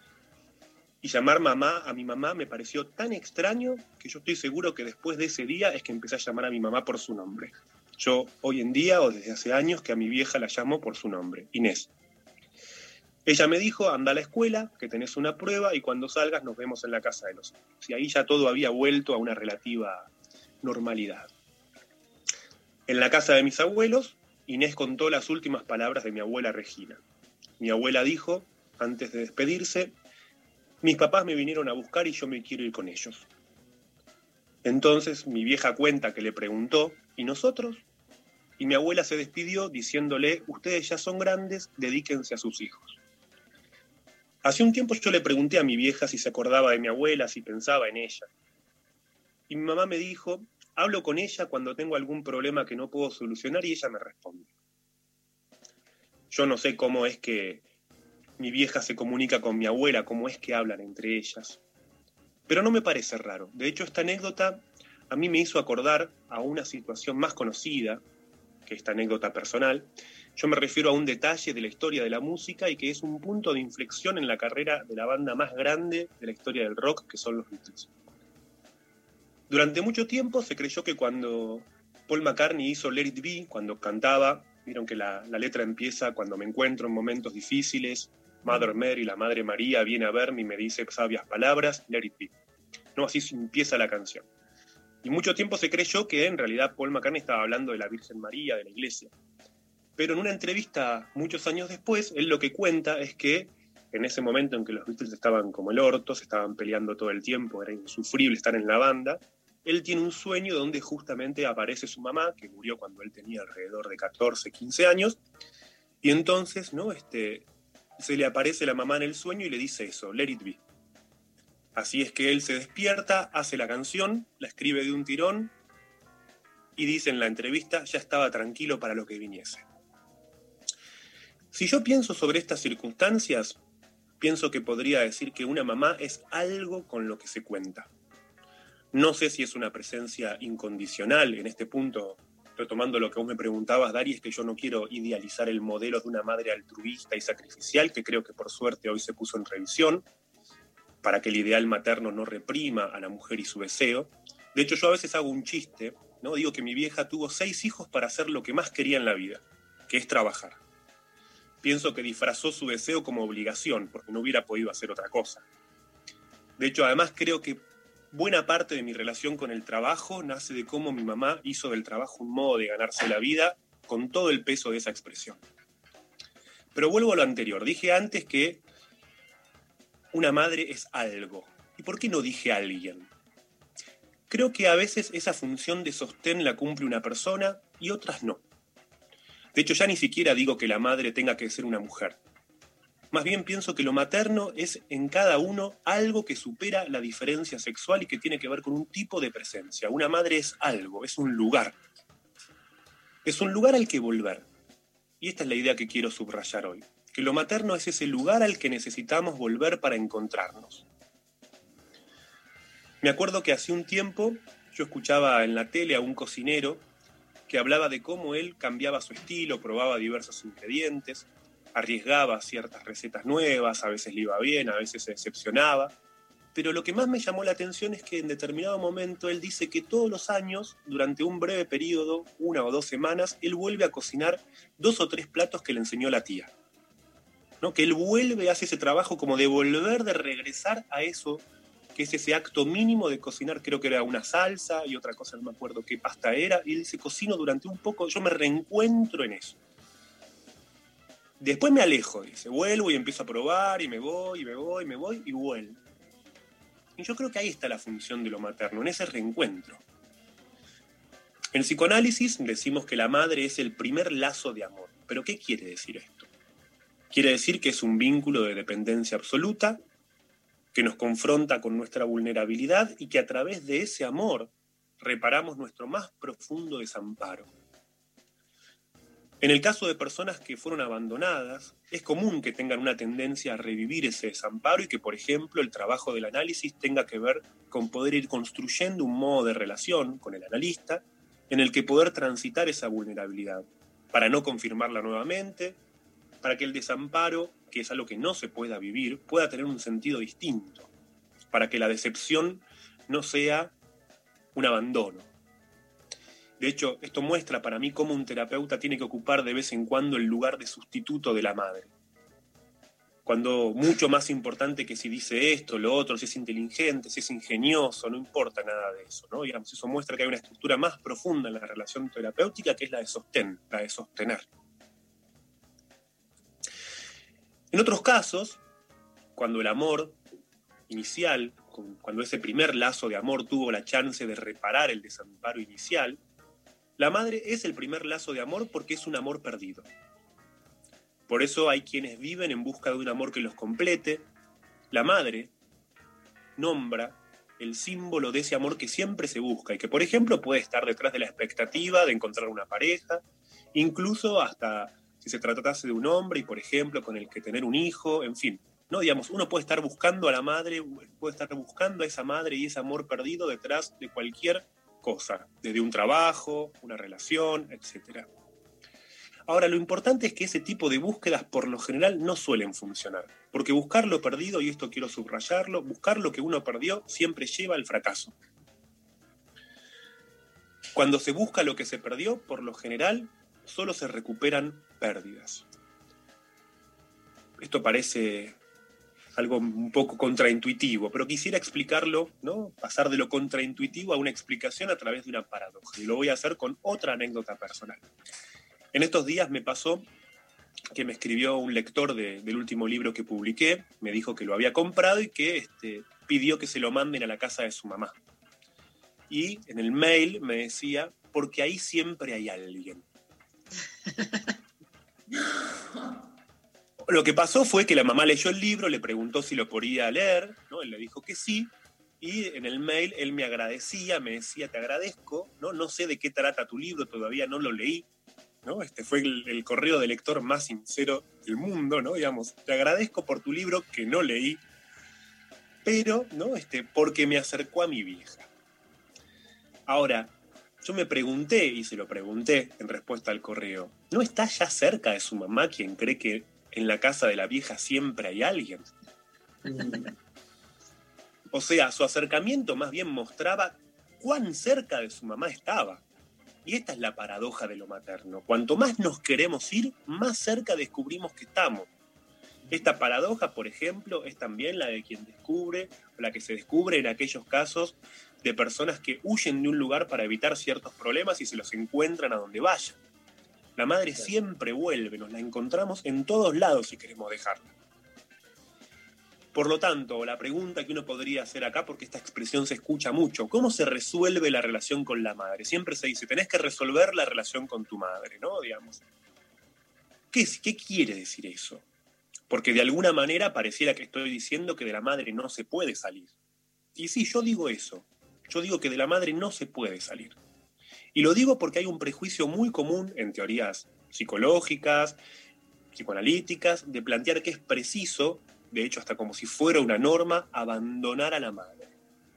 Y llamar mamá a mi mamá me pareció tan extraño que yo estoy seguro que después de ese día es que empecé a llamar a mi mamá por su nombre. Yo hoy en día, o desde hace años, que a mi vieja la llamo por su nombre, Inés. Ella me dijo, anda a la escuela, que tenés una prueba y cuando salgas nos vemos en la casa de los amigos. Y ahí ya todo había vuelto a una relativa normalidad. En la casa de mis abuelos, Inés contó las últimas palabras de mi abuela Regina. Mi abuela dijo, antes de despedirse, mis papás me vinieron a buscar y yo me quiero ir con ellos. Entonces mi vieja cuenta que le preguntó, ¿y nosotros? Y mi abuela se despidió diciéndole, ustedes ya son grandes, dedíquense a sus hijos. Hace un tiempo yo le pregunté a mi vieja si se acordaba de mi abuela, si pensaba en ella. Y mi mamá me dijo, hablo con ella cuando tengo algún problema que no puedo solucionar y ella me responde. Yo no sé cómo es que mi vieja se comunica con mi abuela, cómo es que hablan entre ellas. Pero no me parece raro. De hecho, esta anécdota a mí me hizo acordar a una situación más conocida que esta anécdota personal. Yo me refiero a un detalle de la historia de la música y que es un punto de inflexión en la carrera de la banda más grande de la historia del rock, que son los Beatles. Durante mucho tiempo se creyó que cuando Paul McCartney hizo Let It Be, cuando cantaba, vieron que la letra empieza, cuando me encuentro en momentos difíciles, Mother Mary, la Madre María, viene a verme y me dice sabias palabras, Let It Be. No, así empieza la canción. Y mucho tiempo se creyó que en realidad Paul McCartney estaba hablando de la Virgen María, de la iglesia. Pero en una entrevista muchos años después, él lo que cuenta es que en ese momento en que los Beatles estaban como el orto, se estaban peleando todo el tiempo, era insufrible estar en la banda, él tiene un sueño donde justamente aparece su mamá, que murió cuando él tenía alrededor de 14, 15 años, y entonces se le aparece la mamá en el sueño y le dice eso, Let It Be. Así es que él se despierta, hace la canción, la escribe de un tirón y dice en la entrevista, ya estaba tranquilo para lo que viniese. Si yo pienso sobre estas circunstancias, pienso que podría decir que una mamá es algo con lo que se cuenta. No sé si es una presencia incondicional. En este punto, retomando lo que vos me preguntabas, Dari, es que yo no quiero idealizar el modelo de una madre altruista y sacrificial, que creo que por suerte hoy se puso en revisión, para que el ideal materno no reprima a la mujer y su deseo. De hecho, yo a veces hago un chiste, ¿no? Digo que mi vieja tuvo 6 hijos para hacer lo que más quería en la vida, que es trabajar. Pienso que disfrazó su deseo como obligación, porque no hubiera podido hacer otra cosa. De hecho, además creo que buena parte de mi relación con el trabajo nace de cómo mi mamá hizo del trabajo un modo de ganarse la vida con todo el peso de esa expresión. Pero vuelvo a lo anterior. Dije antes que una madre es algo. ¿Y por qué no dije alguien? Creo que a veces esa función de sostén la cumple una persona y otras no. De hecho, ya ni siquiera digo que la madre tenga que ser una mujer. Más bien pienso que lo materno es en cada uno algo que supera la diferencia sexual y que tiene que ver con un tipo de presencia. Una madre es algo, es un lugar. Es un lugar al que volver. Y esta es la idea que quiero subrayar hoy. Que lo materno es ese lugar al que necesitamos volver para encontrarnos. Me acuerdo que hace un tiempo yo escuchaba en la tele a un cocinero que hablaba de cómo él cambiaba su estilo, probaba diversos ingredientes, arriesgaba ciertas recetas nuevas, a veces le iba bien, a veces se decepcionaba. Pero lo que más me llamó la atención es que en determinado momento él dice que todos los años, durante un breve periodo, 1 o 2 semanas, él vuelve a cocinar 2 o 3 platos que le enseñó la tía. ¿No? Que él vuelve, hace ese trabajo como de volver, de regresar a eso, que es ese acto mínimo de cocinar. Creo que era una salsa y otra cosa, no me acuerdo qué pasta era, y él dice, cocino durante un poco, yo me reencuentro en eso. Después me alejo, dice, vuelvo y empiezo a probar, y me voy, y vuelvo. Y yo creo que ahí está la función de lo materno, en ese reencuentro. En el psicoanálisis decimos que la madre es el primer lazo de amor. ¿Pero qué quiere decir esto? Quiere decir que es un vínculo de dependencia absoluta, que nos confronta con nuestra vulnerabilidad y que a través de ese amor reparamos nuestro más profundo desamparo. En el caso de personas que fueron abandonadas, es común que tengan una tendencia a revivir ese desamparo y que, por ejemplo, el trabajo del análisis tenga que ver con poder ir construyendo un modo de relación con el analista en el que poder transitar esa vulnerabilidad, para no confirmarla nuevamente, para que el desamparo, que es algo que no se pueda vivir, pueda tener un sentido distinto, para que la decepción no sea un abandono. De hecho, esto muestra para mí cómo un terapeuta tiene que ocupar de vez en cuando el lugar de sustituto de la madre. Cuando mucho más importante que si dice esto, lo otro, si es inteligente, si es ingenioso, no importa nada de eso, ¿no? Digamos, eso muestra que hay una estructura más profunda en la relación terapéutica, que es la de sostener. En otros casos, cuando el amor inicial, cuando ese primer lazo de amor tuvo la chance de reparar el desamparo inicial, la madre es el primer lazo de amor porque es un amor perdido. Por eso hay quienes viven en busca de un amor que los complete. La madre nombra el símbolo de ese amor que siempre se busca y que, por ejemplo, puede estar detrás de la expectativa de encontrar una pareja, incluso hasta si se tratase de un hombre y, por ejemplo, con el que tener un hijo, en fin. ¿No? Digamos, uno puede estar buscando a la madre, puede estar buscando a esa madre y ese amor perdido detrás de cualquier cosa, desde un trabajo, una relación, etc. Ahora, lo importante es que ese tipo de búsquedas por lo general no suelen funcionar, porque buscar lo perdido, y esto quiero subrayarlo, buscar lo que uno perdió siempre lleva al fracaso. Cuando se busca lo que se perdió, por lo general, solo se recuperan pérdidas. Esto parece algo un poco contraintuitivo, pero quisiera explicarlo, ¿no? Pasar de lo contraintuitivo a una explicación a través de una paradoja, y lo voy a hacer con otra anécdota personal. En estos días me pasó que me escribió un lector del último libro que publiqué, me dijo que lo había comprado y que pidió que se lo manden a la casa de su mamá. Y en el mail me decía, porque ahí siempre hay alguien. Lo que pasó fue que la mamá leyó el libro, le preguntó si lo podía leer, ¿no? Él le dijo que sí, y en el mail él me agradecía, me decía, te agradezco, no sé de qué trata tu libro, todavía no lo leí, ¿no? Este fue el correo de lector más sincero del mundo, ¿no? Digamos, te agradezco por tu libro que no leí, pero, ¿no? Porque me acercó a mi vieja. Ahora, yo me pregunté, y se lo pregunté en respuesta al correo, ¿no está ya cerca de su mamá quien cree que en la casa de la vieja siempre hay alguien? O sea, su acercamiento más bien mostraba cuán cerca de su mamá estaba. Y esta es la paradoja de lo materno. Cuanto más nos queremos ir, más cerca descubrimos que estamos. Esta paradoja, por ejemplo, es también la de quien descubre, o la que se descubre en aquellos casos de personas que huyen de un lugar para evitar ciertos problemas y se los encuentran a donde vayan. La madre siempre vuelve, nos la encontramos en todos lados si queremos dejarla. Por lo tanto, la pregunta que uno podría hacer acá, porque esta expresión se escucha mucho, ¿cómo se resuelve la relación con la madre? Siempre se dice, tenés que resolver la relación con tu madre, ¿no? Digamos. ¿Qué quiere decir eso? Porque de alguna manera pareciera que estoy diciendo que de la madre no se puede salir. Y sí, yo digo eso. Yo digo que de la madre no se puede salir. Y lo digo porque hay un prejuicio muy común en teorías psicológicas, psicoanalíticas, de plantear que es preciso, de hecho hasta como si fuera una norma, abandonar a la madre.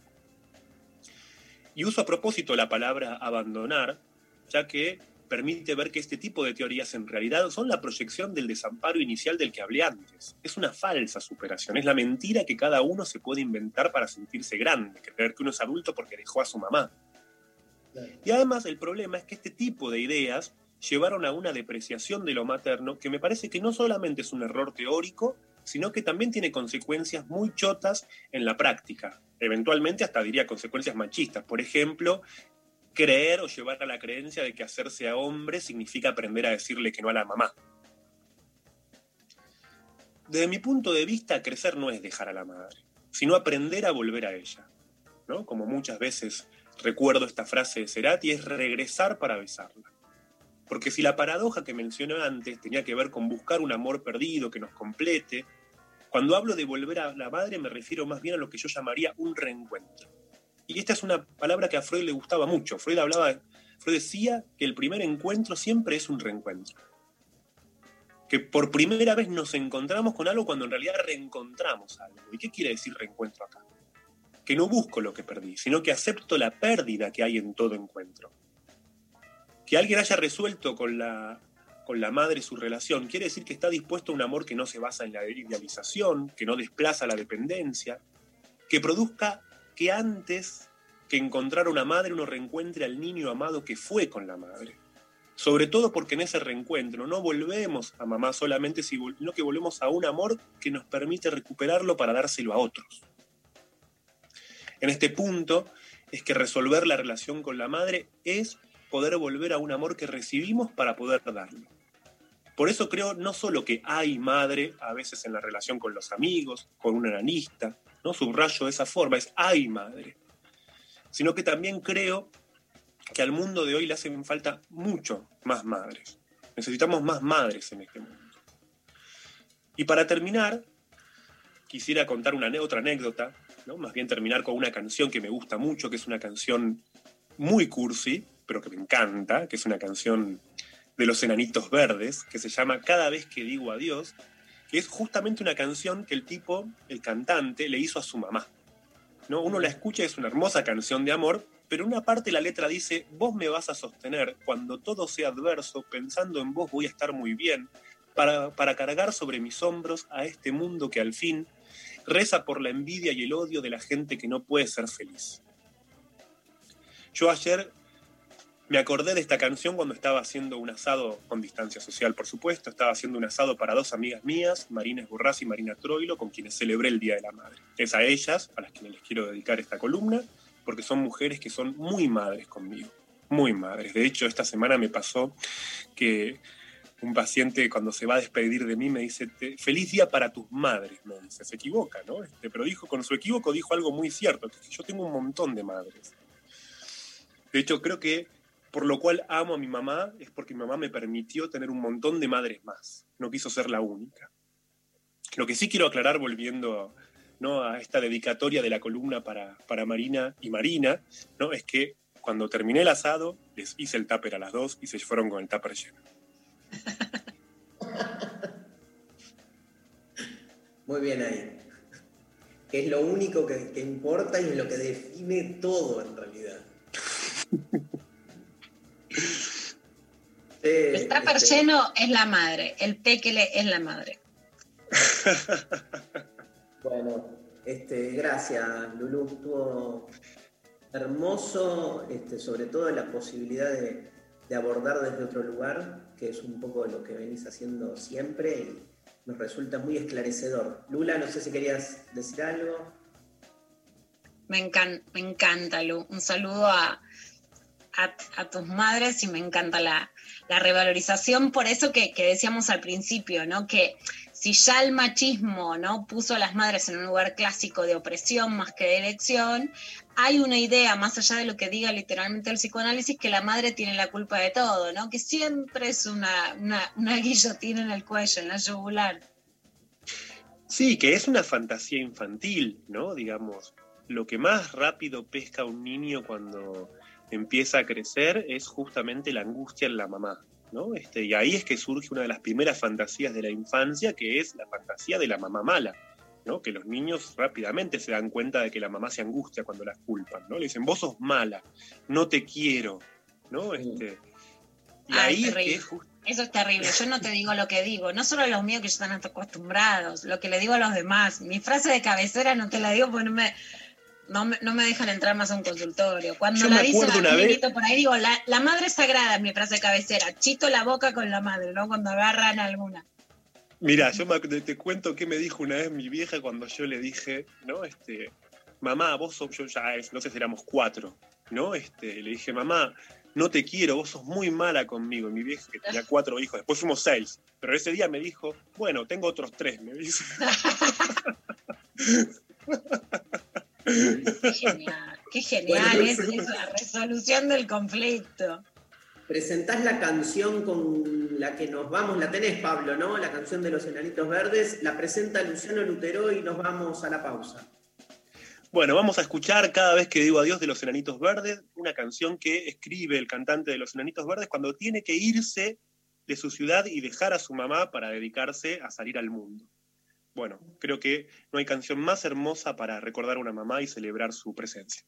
Y uso a propósito la palabra abandonar, ya que permite ver que este tipo de teorías en realidad son la proyección del desamparo inicial del que hablé antes. Es una falsa superación, es la mentira que cada uno se puede inventar para sentirse grande, creer que uno es adulto porque dejó a su mamá. Y además el problema es que este tipo de ideas llevaron a una depreciación de lo materno que me parece que no solamente es un error teórico, sino que también tiene consecuencias muy chotas en la práctica. Eventualmente hasta diría consecuencias machistas. Por ejemplo, creer o llevar a la creencia de que hacerse a hombre significa aprender a decirle que no a la mamá. Desde mi punto de vista, crecer no es dejar a la madre, sino aprender a volver a ella, ¿no? Como muchas veces recuerdo esta frase de Cerati, es regresar para besarla. Porque si la paradoja que mencioné antes tenía que ver con buscar un amor perdido que nos complete, cuando hablo de volver a la madre me refiero más bien a lo que yo llamaría un reencuentro. Y esta es una palabra que a Freud le gustaba mucho. Freud decía que el primer encuentro siempre es un reencuentro. Que por primera vez nos encontramos con algo cuando en realidad reencontramos algo. ¿Y qué quiere decir reencuentro acá? Que no busco lo que perdí, sino que acepto la pérdida que hay en todo encuentro. Que alguien haya resuelto con la madre su relación quiere decir que está dispuesto a un amor que no se basa en la idealización, que no desplaza la dependencia, que produzca que antes que encontrar una madre uno reencuentre al niño amado que fue con la madre. Sobre todo porque en ese reencuentro no volvemos a mamá solamente, sino que volvemos a un amor que nos permite recuperarlo para dárselo a otros. En este punto es que resolver la relación con la madre es poder volver a un amor que recibimos para poder darlo. Por eso creo no solo que hay madre, a veces en la relación con los amigos, con un analista, ¿no? Subrayo de esa forma, es hay madre. Sino que también creo que al mundo de hoy le hacen falta mucho más madres. Necesitamos más madres en este mundo. Y para terminar, quisiera contar otra anécdota, ¿no? Más bien terminar con una canción que me gusta mucho, que es una canción muy cursi, pero que me encanta, que es una canción de Los Enanitos Verdes, que se llama Cada vez que digo adiós, que es justamente una canción que el cantante, le hizo a su mamá, ¿no? Uno la escucha, es una hermosa canción de amor, pero en una parte la letra dice: vos me vas a sostener, cuando todo sea adverso, pensando en vos voy a estar muy bien, para cargar sobre mis hombros a este mundo que al fin reza por la envidia y el odio de la gente que no puede ser feliz. Yo ayer me acordé de esta canción cuando estaba haciendo un asado con distancia social, por supuesto. Estaba haciendo un asado para 2 amigas mías, Marina Esborrás y Marina Troilo, con quienes celebré el Día de la Madre. Es a ellas a las que les quiero dedicar esta columna, porque son mujeres que son muy madres conmigo, muy madres. De hecho, esta semana me pasó que un paciente, cuando se va a despedir de mí, me dice: feliz día para tus madres, me dice. Se equivoca, ¿no? Pero con su equívoco dijo algo muy cierto, que yo tengo un montón de madres. De hecho, creo que por lo cual amo a mi mamá es porque mi mamá me permitió tener un montón de madres más. No quiso ser la única. Lo que sí quiero aclarar, volviendo, ¿no?, a esta dedicatoria de la columna para Marina y Marina, ¿no?, es que cuando terminé el asado, les hice el tupper a las 2 y se fueron con el tupper lleno. Muy bien ahí. Es lo único que importa y es lo que define todo en realidad. El tupper lleno es la madre, el tequele es la madre. Bueno, gracias, Lulú. Estuvo hermoso, sobre todo la posibilidad de abordar desde otro lugar, que es un poco lo que venís haciendo siempre y nos resulta muy esclarecedor. Lula, no sé si querías decir algo. Me encanta, Lu. Un saludo a tus madres y me encanta la revalorización, por eso que decíamos al principio, ¿no? Que si ya el machismo, ¿no?, puso a las madres en un lugar clásico de opresión más que de elección, hay una idea, más allá de lo que diga literalmente el psicoanálisis, que la madre tiene la culpa de todo, ¿no? Que siempre es una guillotina en el cuello, en la yugular. Sí, que es una fantasía infantil, ¿no? Digamos, lo que más rápido pesca a un niño cuando empieza a crecer es justamente la angustia en la mamá, ¿no? Y ahí es que surge una de las primeras fantasías de la infancia, que es la fantasía de la mamá mala, ¿no? Que los niños rápidamente se dan cuenta de que la mamá se angustia cuando las culpan, ¿no? Le dicen: vos sos mala, no te quiero, ¿no? Y ahí es que eso es terrible. Yo no te digo lo que digo, no solo a los míos que ya están acostumbrados, lo que le digo a los demás. Mi frase de cabecera no te la digo porque no me dejan entrar más a un consultorio. Cuando la dicen a un niñito por ahí, digo, la madre es sagrada, es mi frase de cabecera. Chito la boca con la madre, ¿no? Cuando agarran alguna. Mira, yo te cuento qué me dijo una vez mi vieja cuando yo le dije, ¿no? Mamá, vos sos, yo ya, no sé si éramos 4, ¿no? Le dije: mamá, no te quiero, vos sos muy mala conmigo. Y mi vieja, que tenía 4 hijos, después fuimos 6, pero ese día me dijo: bueno, tengo otros 3, me dice. Qué genial, bueno, es la resolución del conflicto. Presentás la canción con la que nos vamos, la tenés, Pablo, ¿no? La canción de Los Enanitos Verdes, la presenta Luciano Lutero y nos vamos a la pausa. Bueno, vamos a escuchar Cada vez que digo adiós de Los Enanitos Verdes, una canción que escribe el cantante de Los Enanitos Verdes cuando tiene que irse de su ciudad y dejar a su mamá para dedicarse a salir al mundo. Bueno, creo que no hay canción más hermosa para recordar a una mamá y celebrar su presencia.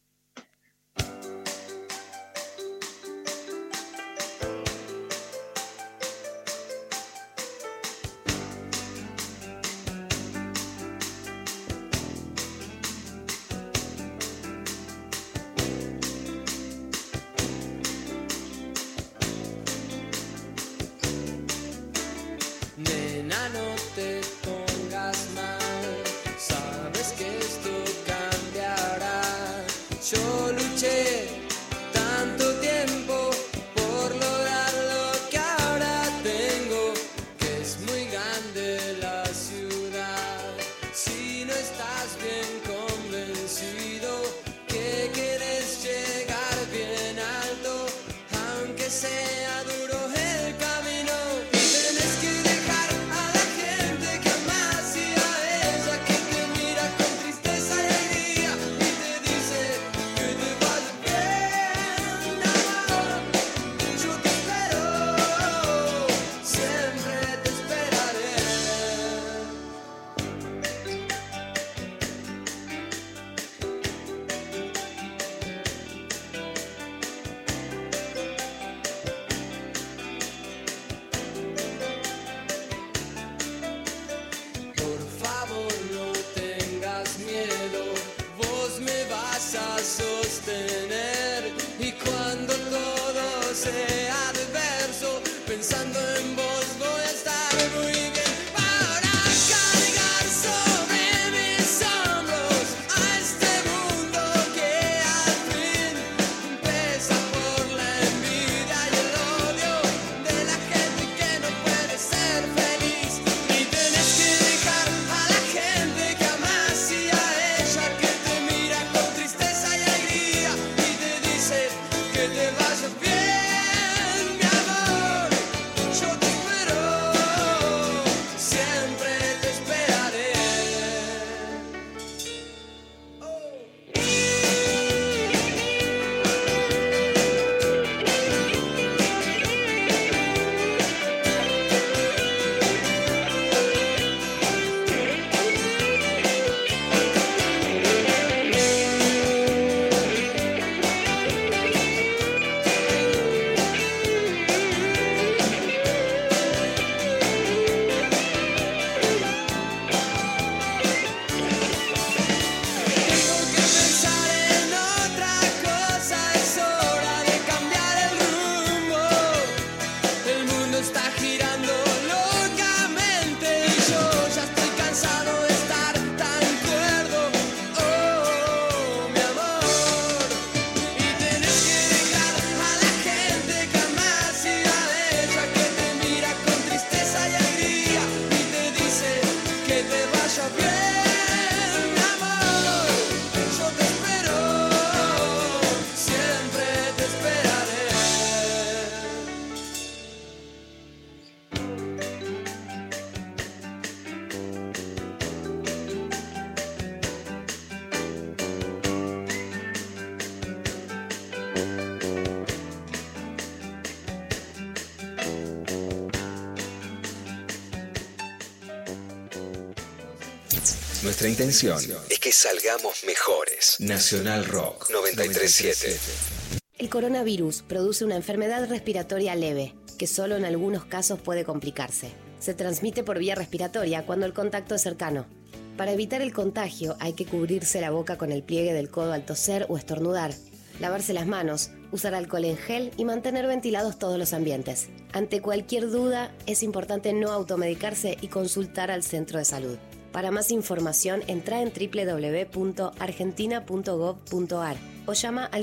Nuestra intención es que salgamos mejores. Nacional Rock 93.7. El coronavirus produce una enfermedad respiratoria leve, que solo en algunos casos puede complicarse. Se transmite por vía respiratoria cuando el contacto es cercano. Para evitar el contagio hay que cubrirse la boca con el pliegue del codo al toser o estornudar, lavarse las manos, usar alcohol en gel y mantener ventilados todos los ambientes. Ante cualquier duda, es importante no automedicarse y consultar al centro de salud. Para más información, entra en www.argentina.gov.ar o llama al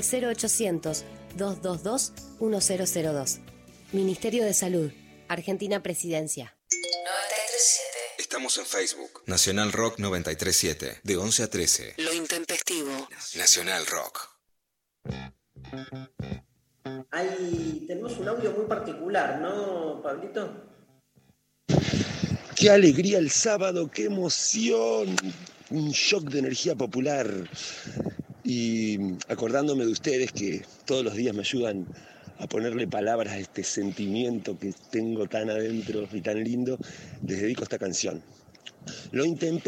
0800-222-1002. Ministerio de Salud, Argentina Presidencia. 93.7. Estamos en Facebook. Nacional Rock 93.7. De 11 a 13. Lo intempestivo. Nacional Rock. Ahí tenemos un audio muy particular, ¿no, Pablito? ¡Qué alegría el sábado! ¡Qué emoción! Un shock de energía popular. Y acordándome de ustedes que todos los días me ayudan a ponerle palabras a este sentimiento que tengo tan adentro y tan lindo, les dedico esta canción. Lo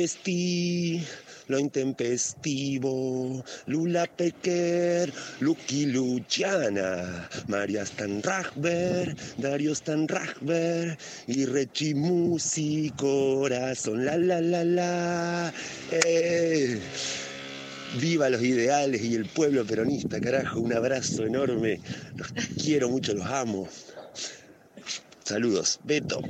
intempestivo, Lula Pequer, Lucky Luciana, María Stanrachber, Dario Stanrachber y Rechi Musi, corazón, la. Viva los ideales y el pueblo peronista, carajo, un abrazo enorme, los quiero mucho, los amo. Saludos, Beto.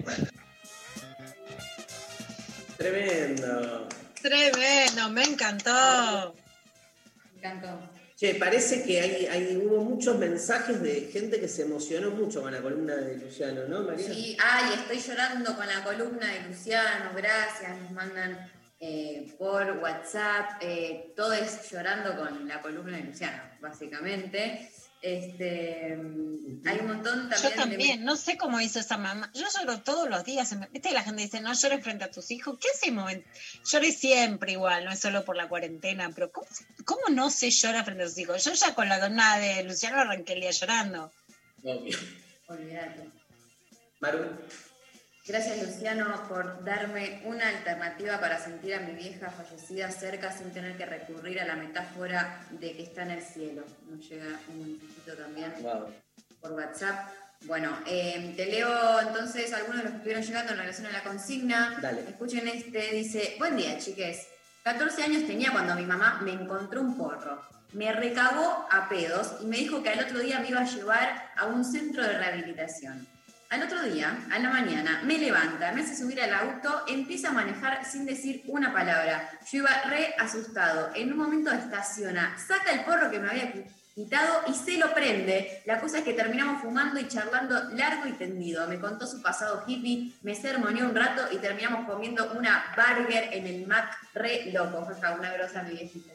Tremendo. Tremendo, me encantó. Me encantó. Che, parece que hubo muchos mensajes de gente que se emocionó mucho con la columna de Luciano, ¿no, María? Sí, estoy llorando con la columna de Luciano, gracias, nos mandan por WhatsApp, todos llorando con la columna de Luciano, básicamente. Hay un montón también. Yo también, no sé cómo hizo esa mamá. Yo lloro todos los días. Viste, la gente dice, no llores frente a tus hijos. ¿Qué hacemos? Lloré siempre igual, no es solo por la cuarentena, pero ¿cómo no se llora frente a tus hijos? Yo ya con la dona de Luciano arranqué el día llorando. Obvio. Olvídate. Maru. Gracias, Luciano, por darme una alternativa para sentir a mi vieja fallecida cerca sin tener que recurrir a la metáfora de que está en el cielo. Nos llega un mensajito también por WhatsApp. Bueno, te leo entonces algunos de los que estuvieron llegando en relación a la consigna. Dale. Escuchen dice, buen día, chiques. 14 años tenía cuando mi mamá me encontró un porro. Me recagó a pedos y me dijo que al otro día me iba a llevar a un centro de rehabilitación. Al otro día, a la mañana, me levanta, me hace subir al auto, empieza a manejar sin decir una palabra. Yo iba re asustado. En un momento estaciona, saca el porro que me había quitado y se lo prende. La cosa es que terminamos fumando y charlando largo y tendido. Me contó su pasado hippie, me sermoneó un rato y terminamos comiendo una burger en el Mac re loco. Jaja, una grosa mi viejita.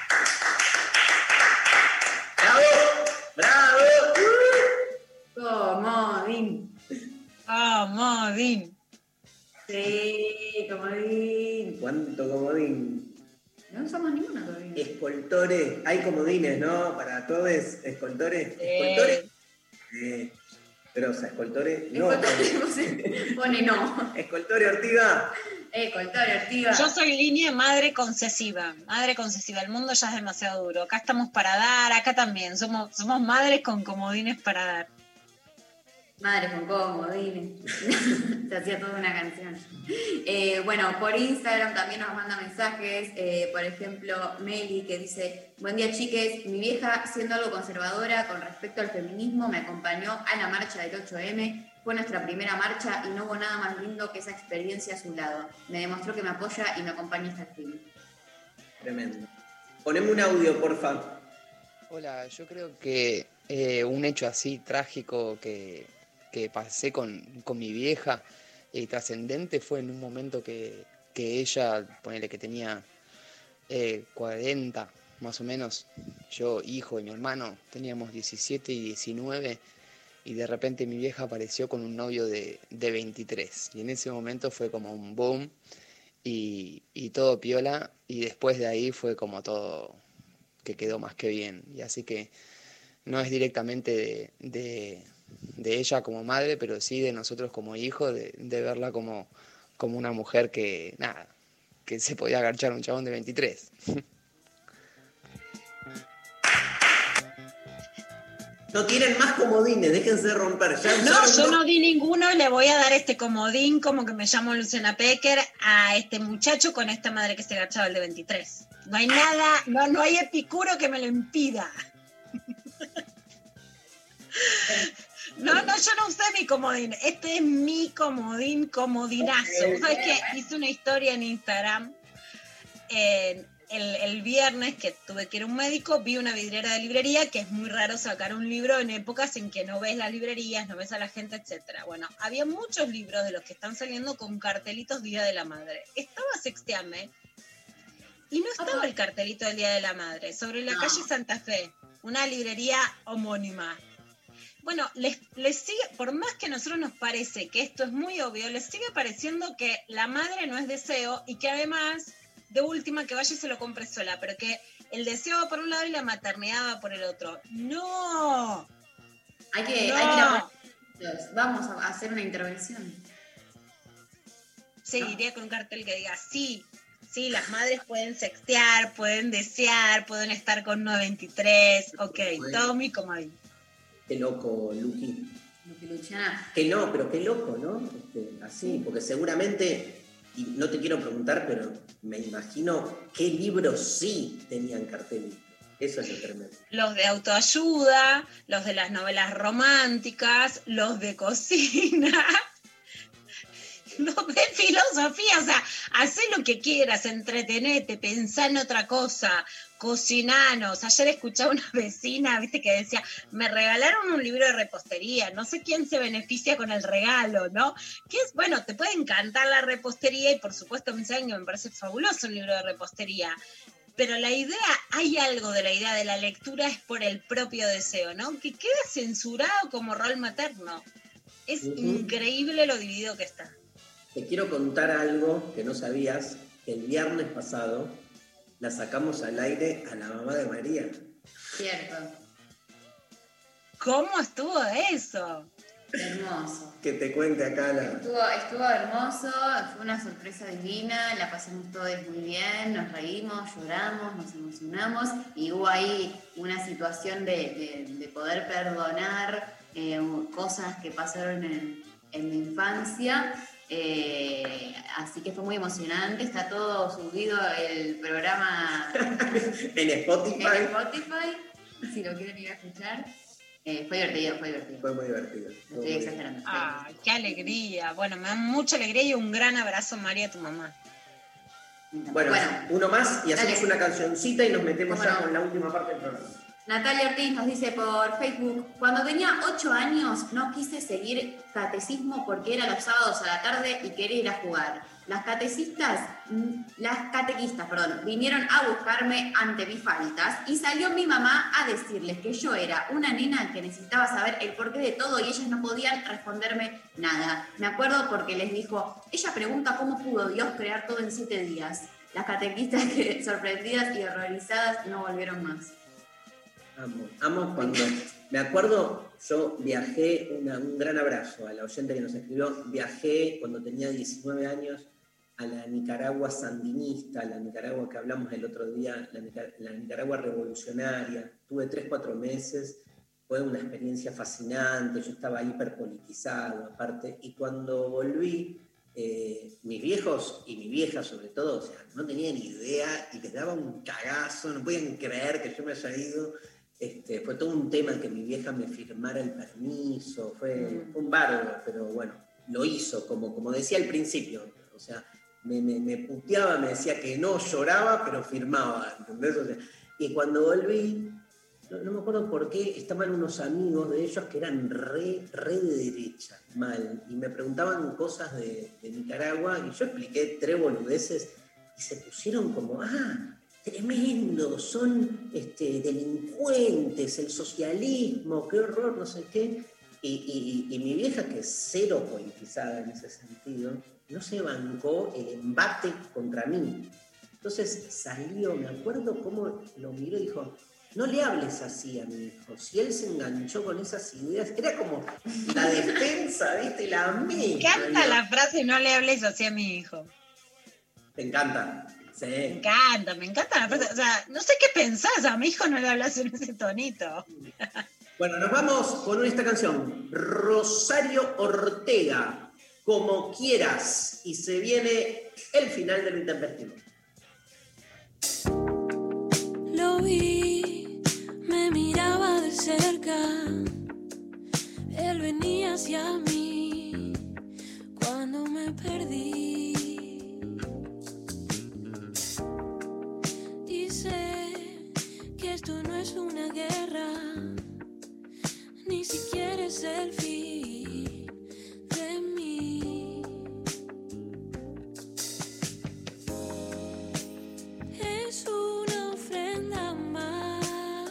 ¡Bravo! Comodín. Comodín. Sí, comodín. ¿Cuánto comodín? No usamos ninguno todavía. Escoltores. Hay comodines, ¿no? Para todos, escoltores. Escoltores. Grosa, escoltores. No. Pone no. Escoltore Ortiga. Escoltore Ortiga. Yo soy línea madre concesiva. Madre concesiva. El mundo ya es demasiado duro. Acá estamos para dar, acá también. Somos madres con comodines para dar. Madre con comodines. Se hacía toda una canción. Bueno, por Instagram también nos manda mensajes. Por ejemplo, Meli que dice: buen día, chiques. Mi vieja, siendo algo conservadora con respecto al feminismo, me acompañó a la marcha del 8M. Fue nuestra primera marcha y no hubo nada más lindo que esa experiencia a su lado. Me demostró que me apoya y me acompaña hasta el fin. Tremendo. Poneme un audio, porfa. Hola, yo creo que un hecho así trágico que pasé con mi vieja, trascendente, fue en un momento que ella, ponele que tenía 40 más o menos, yo, hijo y mi hermano, teníamos 17 y 19, y de repente mi vieja apareció con un novio de 23, y en ese momento fue como un boom, y todo piola, y después de ahí fue como todo que quedó más que bien, y así que no es directamente de ella como madre, pero sí de nosotros como hijos, de verla como una mujer que, nada, que se podía agarchar un chabón de 23. No tienen más comodines, déjense de romper. Yo no di ninguno, le voy a dar este comodín, como que me llamo Luciana Pecker, a este muchacho con esta madre que se agachaba el de 23. No hay nada, no hay epicuro que me lo impida. No, yo no usé mi comodín. Este es mi comodín, comodinazo. ¿Sabes qué? Hice una historia en Instagram. El viernes que tuve que ir a un médico, vi una vidriera de librería, que es muy raro sacar un libro en épocas en que no ves las librerías, no ves a la gente, etcétera. Bueno, había muchos libros de los que están saliendo con cartelitos Día de la Madre. Estaba Sextiame y no estaba el cartelito del Día de la Madre. Sobre la calle Santa Fe, una librería homónima. Bueno, les sigue, por más que a nosotros nos parece que esto es muy obvio, les sigue pareciendo que la madre no es deseo y que además, de última, que vaya y se lo compre sola, pero que el deseo va por un lado y la maternidad va por el otro. ¡No! Hay que vamos a hacer una intervención. Sí, iría con un cartel que diga, sí, las madres pueden sextear, pueden desear, pueden estar con 1.23, ok, bueno. Todo mi comodín. Qué loco, Luqui. Luciana. Que no, pero qué loco, ¿no? Así, porque seguramente, y no te quiero preguntar, pero me imagino qué libros sí tenían cartelito. Eso es lo tremendo. Los de autoayuda, los de las novelas románticas, los de cocina, los de filosofía, o sea, hacé lo que quieras, entretenete, pensá en otra cosa, cocinanos. Ayer escuchaba una vecina, viste, que decía, me regalaron un libro de repostería, no sé quién se beneficia con el regalo, ¿no? Que es, bueno, te puede encantar la repostería y por supuesto me saben que me parece fabuloso un libro de repostería, pero la idea, hay algo de la idea de la lectura es por el propio deseo, ¿no? Que queda censurado como rol materno. Es increíble lo dividido que está. Te quiero contar algo que no sabías, que el viernes pasado la sacamos al aire a la mamá de María. Cierto. ¿Cómo estuvo eso? Hermoso. Que te cuente acá Estuvo hermoso, fue una sorpresa divina, la pasamos todos muy bien, nos reímos, lloramos, nos emocionamos y hubo ahí una situación de poder perdonar cosas que pasaron en mi infancia. Así que fue muy emocionante, está todo subido el programa en Spotify, si lo quieren ir a escuchar. Fue divertido. Fue muy divertido. No estoy exagerando. ¡Qué alegría! Bueno, me da mucha alegría y un gran abrazo, María, a tu mamá. Bueno, uno más y hacemos una cancioncita y nos metemos ya con la última parte del programa. Natalia Ortiz nos dice por Facebook, cuando tenía 8 años no quise seguir catecismo porque era los sábados a la tarde y quería ir a jugar. Las catequistas, vinieron a buscarme ante mis faltas y salió mi mamá a decirles que yo era una nena que necesitaba saber el porqué de todo y ellas no podían responderme nada. Me acuerdo porque les dijo, ella pregunta cómo pudo Dios crear todo en 7 días. Las catequistas sorprendidas y horrorizadas no volvieron más. Amo cuando... Me acuerdo, yo viajé, un gran abrazo a la oyente que nos escribió, viajé cuando tenía 19 años a la Nicaragua sandinista, la Nicaragua que hablamos el otro día, la Nicaragua revolucionaria. Tuve 3-4 meses, fue una experiencia fascinante, yo estaba hiperpolitizado aparte, y cuando volví, mis viejos y mi vieja sobre todo, o sea, no tenían idea y les daba un cagazo, no podían creer que yo me haya ido. Fue todo un tema que mi vieja me firmara el permiso, fue un bárbaro, pero bueno, lo hizo, como decía al principio, o sea, me puteaba, me decía que no, lloraba, pero firmaba, ¿entendés? O sea, y cuando volví, no me acuerdo por qué, estaban unos amigos de ellos que eran re de derecha, mal, y me preguntaban cosas de Nicaragua, y yo expliqué 3 boludeces, y se pusieron como, tremendo, son delincuentes, el socialismo, qué horror, no sé qué. Y mi vieja, que es cero politizada en ese sentido, no se bancó el embate contra mí. Entonces salió, me acuerdo cómo lo miró y dijo, no le hables así a mi hijo. Si él se enganchó con esas ideas, era como la defensa, ¿viste? La amé. Me encanta la frase, no le hables así a mi hijo. ¿Te encanta? Sí. Me encanta la frase. O sea, no sé qué pensás, a mi hijo no le hablas en ese tonito. Bueno, nos vamos con esta canción. Rosario Ortega, Como Quieras. Y se viene el final de lo intempestivo. Lo vi, me miraba de cerca. Él venía hacia mí cuando me perdí. Y sé que esto no es una guerra, ni siquiera es el fin de mí. Es una ofrenda más,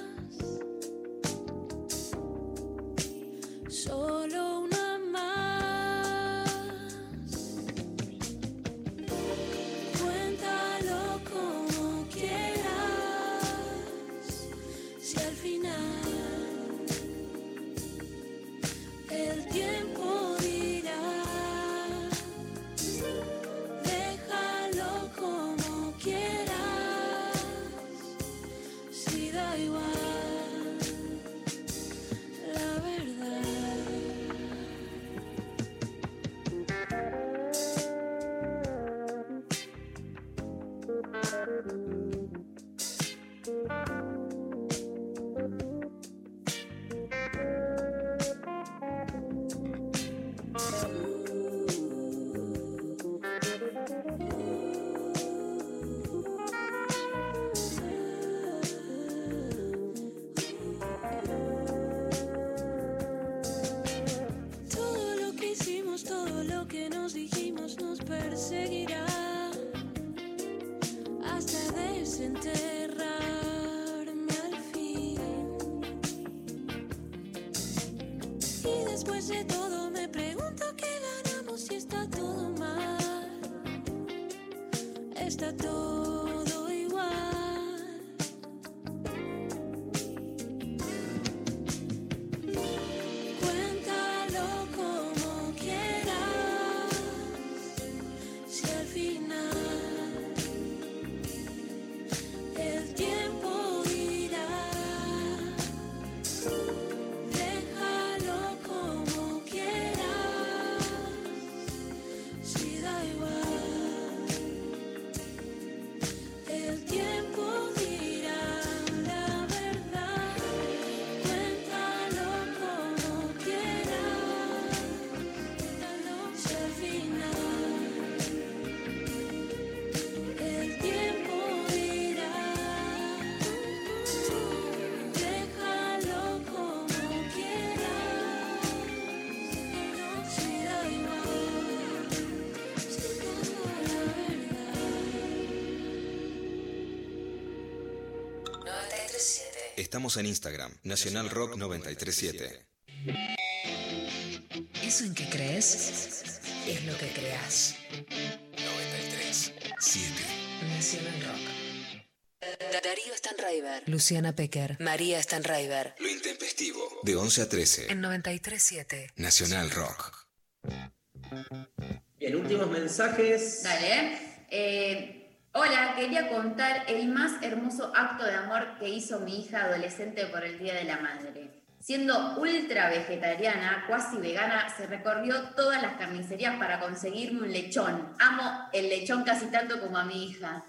solo una más. Cuéntalo como quieras, si al final el tiempo dirá. Déjalo como quieras, si da igual la verdad. Todo lo que hicimos, todo lo que nos dijimos nos perseguirá hasta desenterrarme al fin. Y después de todo me pregunto qué ganamos si está todo mal. Está todo igual. Cuéntalo como quieras, si al final el tiempo dirá. Déjalo como quieras, si da igual. El tiempo dirá la verdad. Cuéntalo como quieras, si al final el tiempo dirá. Déjalo como quieras, si da igual, si da la verdad. 937. Estamos en Instagram, Nacional Rock 937. ¿Eso en qué crees? Es lo que creas. 93.7. Nacional Rock. Darío Stanraiver, Luciana Pecker, María Stanraiver. Lo intempestivo. De 11 a 13. En 93.7. Nacional Rock. Bien, últimos mensajes. Dale. Hola, quería contar el más hermoso acto de amor que hizo mi hija adolescente por el Día de la Madre. Siendo ultra vegetariana, cuasi vegana, se recorrió todas las carnicerías para conseguirme un lechón. Amo el lechón casi tanto como a mi hija.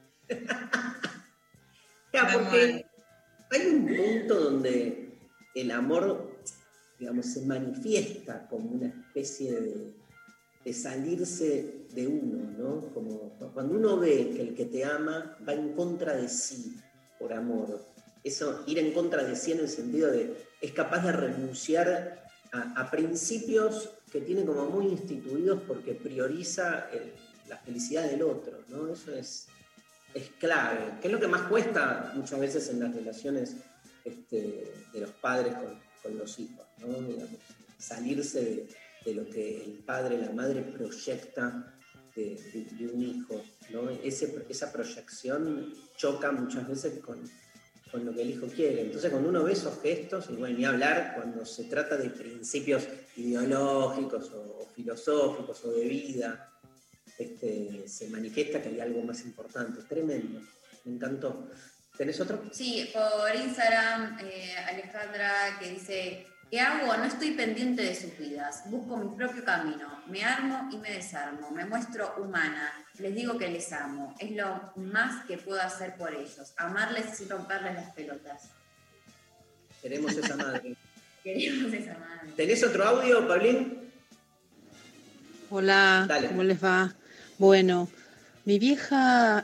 Ya, porque hay un punto donde el amor, digamos, se manifiesta como una especie de salirse de uno, ¿no? Como cuando uno ve que el que te ama va en contra de sí por amor. Eso, ir en contra de sí en el sentido de es capaz de renunciar a principios que tiene como muy instituidos porque prioriza la felicidad del otro, ¿no? Eso es clave. ¿Qué es lo que más cuesta muchas veces en las relaciones de los padres con los hijos, ¿no? Digamos, salirse de lo que el padre, la madre proyecta de un hijo, ¿no? Esa proyección choca muchas veces con lo que el hijo quiere. Entonces, cuando uno ve esos gestos, y bueno, ni hablar cuando se trata de principios ideológicos o filosóficos o de vida, se manifiesta que hay algo más importante. Tremendo, me encantó. ¿Tenés otro? Sí, por Instagram, Alejandra, que dice: ¿qué hago? No estoy pendiente de sus vidas. Busco mi propio camino. Me armo y me desarmo. Me muestro humana. Les digo que les amo. Es lo más que puedo hacer por ellos. Amarles sin romperles las pelotas. Queremos esa madre. Queremos esa madre. ¿Tenés otro audio, Pablín? Hola, Dale. ¿Cómo les va? Bueno, mi vieja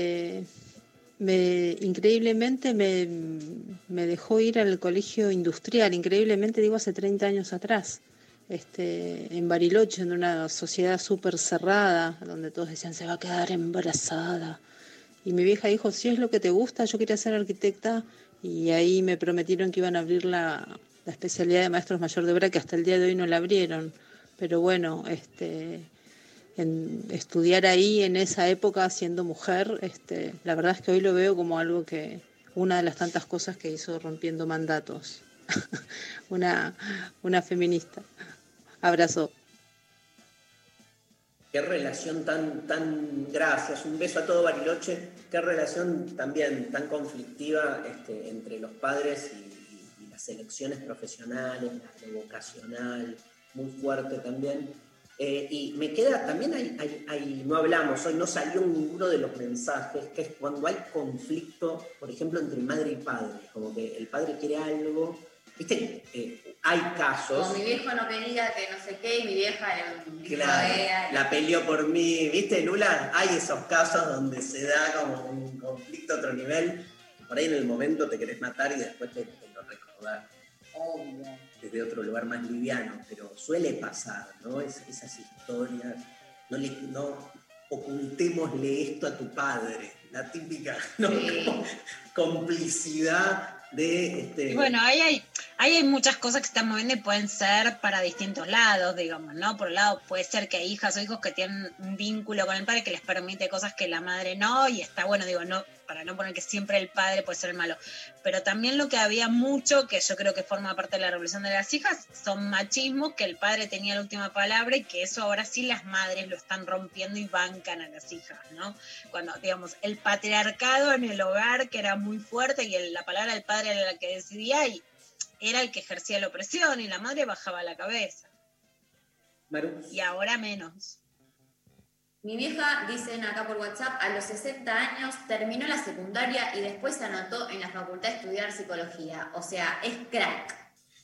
increíblemente me dejó ir al colegio industrial, increíblemente digo hace 30 años atrás, en Bariloche, en una sociedad súper cerrada, donde todos decían se va a quedar embarazada. Y mi vieja dijo, si es lo que te gusta, yo quería ser arquitecta, y ahí me prometieron que iban a abrir la especialidad de maestros mayor de obra, que hasta el día de hoy no la abrieron. Pero bueno, en estudiar ahí en esa época siendo mujer, la verdad es que hoy lo veo como algo que, una de las tantas cosas que hizo rompiendo mandatos. una feminista. Abrazo. Qué relación tan gracias, un beso a todo Bariloche, qué relación también tan conflictiva entre los padres y las elecciones profesionales, lo vocacional, muy fuerte también. Y me queda, también hay, no hablamos hoy, no salió ninguno de los mensajes, que es cuando hay conflicto, por ejemplo, entre madre y padre, como que el padre quiere algo, ¿viste? Hay casos. Como mi viejo no quería que no sé qué, y mi vieja la peleó por mí, ¿viste, Lula? Hay esos casos donde se da como un conflicto a otro nivel, por ahí en el momento te querés matar y después te lo recordás. Obvio. Desde otro lugar más liviano, pero suele pasar, ¿no? Esas historias, no ocultémosle esto a tu padre, la típica, ¿no? Sí. Complicidad de... Y bueno, ahí hay muchas cosas que se están moviendo y pueden ser para distintos lados, digamos, ¿no? Por un lado puede ser que hay hijas o hijos que tienen un vínculo con el padre que les permite cosas que la madre no, y está bueno, digo, no, para no poner que siempre el padre puede ser el malo. Pero también lo que había mucho, que yo creo que forma parte de la revolución de las hijas, son machismos, que el padre tenía la última palabra y que eso ahora sí las madres lo están rompiendo y bancan a las hijas, ¿no? Cuando, digamos, el patriarcado en el hogar, que era muy fuerte, y la palabra del padre era la que decidía, y era el que ejercía la opresión, y la madre bajaba la cabeza. Maru. Y ahora menos. Mi vieja, dicen acá por WhatsApp, a los 60 años terminó la secundaria y después se anotó en la facultad a estudiar psicología. O sea, es crack.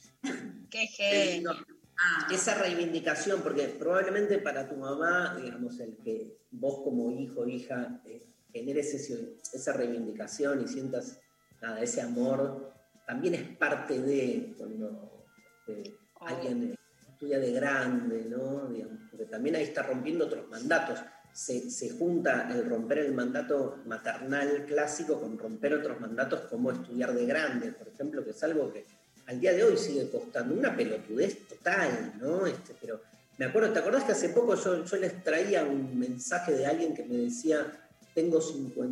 Qué genio. Esa reivindicación, porque probablemente para tu mamá, digamos, el que vos como hijo o hija generes esa reivindicación y sientas ese amor, también es parte de cuando alguien estudia de grande, ¿no? Digamos, porque también ahí está rompiendo otros mandatos. Se junta el romper el mandato maternal clásico con romper otros mandatos como estudiar de grande, por ejemplo, que es algo que al día de hoy sigue costando una pelotudez total, ¿no? Pero me acuerdo, ¿te acordás que hace poco yo les traía un mensaje de alguien que me decía, tengo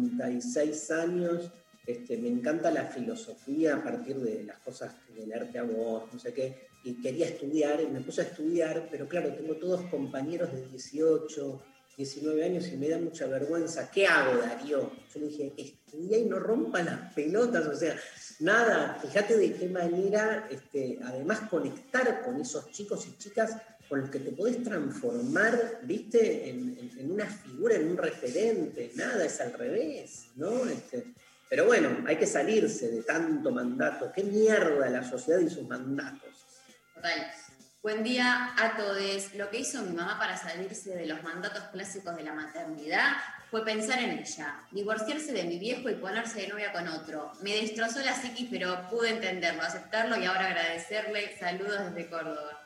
56 años, me encanta la filosofía a partir de las cosas de leerte a vos, no sé qué, y quería estudiar, y me puse a estudiar, pero claro, tengo todos compañeros de 18, 19 años y me da mucha vergüenza. ¿Qué hago, Darío? Yo le dije, estudia y no rompa las pelotas, o sea, nada, fíjate de qué manera, además conectar con esos chicos y chicas con los que te podés transformar, ¿viste? En una figura, en un referente, nada, es al revés, ¿no? Pero bueno, hay que salirse de tanto mandato. ¿Qué mierda la sociedad y sus mandatos? Total. Buen día a todos. Lo que hizo mi mamá para salirse de los mandatos clásicos de la maternidad fue pensar en ella, divorciarse de mi viejo y ponerse de novia con otro. Me destrozó la psiquis, pero pude entenderlo, aceptarlo y ahora agradecerle. Saludos desde Córdoba.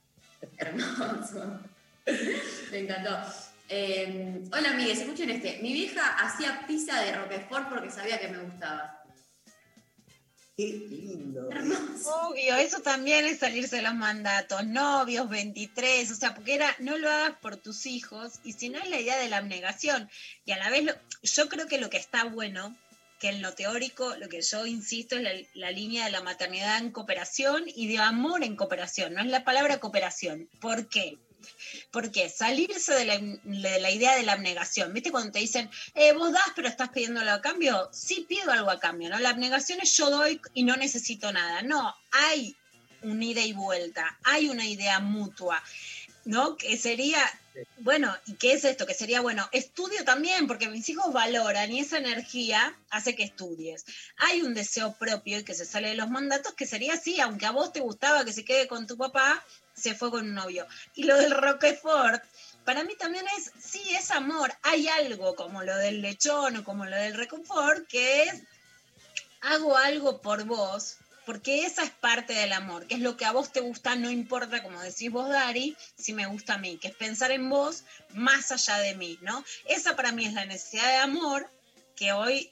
Hermoso. Me encantó. Hola amigues, escuchen Mi vieja hacía pizza de Roquefort porque sabía que me gustaba. Qué lindo. Obvio, eso también es salirse de los mandatos. Novios, 23, o sea, porque no lo hagas por tus hijos, y si no es la idea de la abnegación. Y a la vez, yo creo que lo que está bueno, que en lo teórico, lo que yo insisto es la línea de la maternidad en cooperación y de amor en cooperación, no es la palabra cooperación. ¿Por qué? ¿Por qué? Salirse de la idea de la abnegación. ¿Viste cuando te dicen, vos das pero estás pidiendo algo a cambio? Sí pido algo a cambio, ¿no? La abnegación es yo doy y no necesito nada. No, hay un ida y vuelta, hay una idea mutua, ¿no? Que sería, bueno, ¿y qué es esto? Que sería, bueno, estudio también, porque mis hijos valoran y esa energía hace que estudies. Hay un deseo propio y que se sale de los mandatos, que sería así, aunque a vos te gustaba que se quede con tu papá, se fue con un novio. Y lo del Roquefort, para mí también es, sí, es amor. Hay algo como lo del lechón o como lo del Roquefort, que es, hago algo por vos, porque esa es parte del amor, que es lo que a vos te gusta, no importa, como decís vos, Dari, si me gusta a mí, que es pensar en vos más allá de mí, ¿no? Esa para mí es la necesidad de amor, que hoy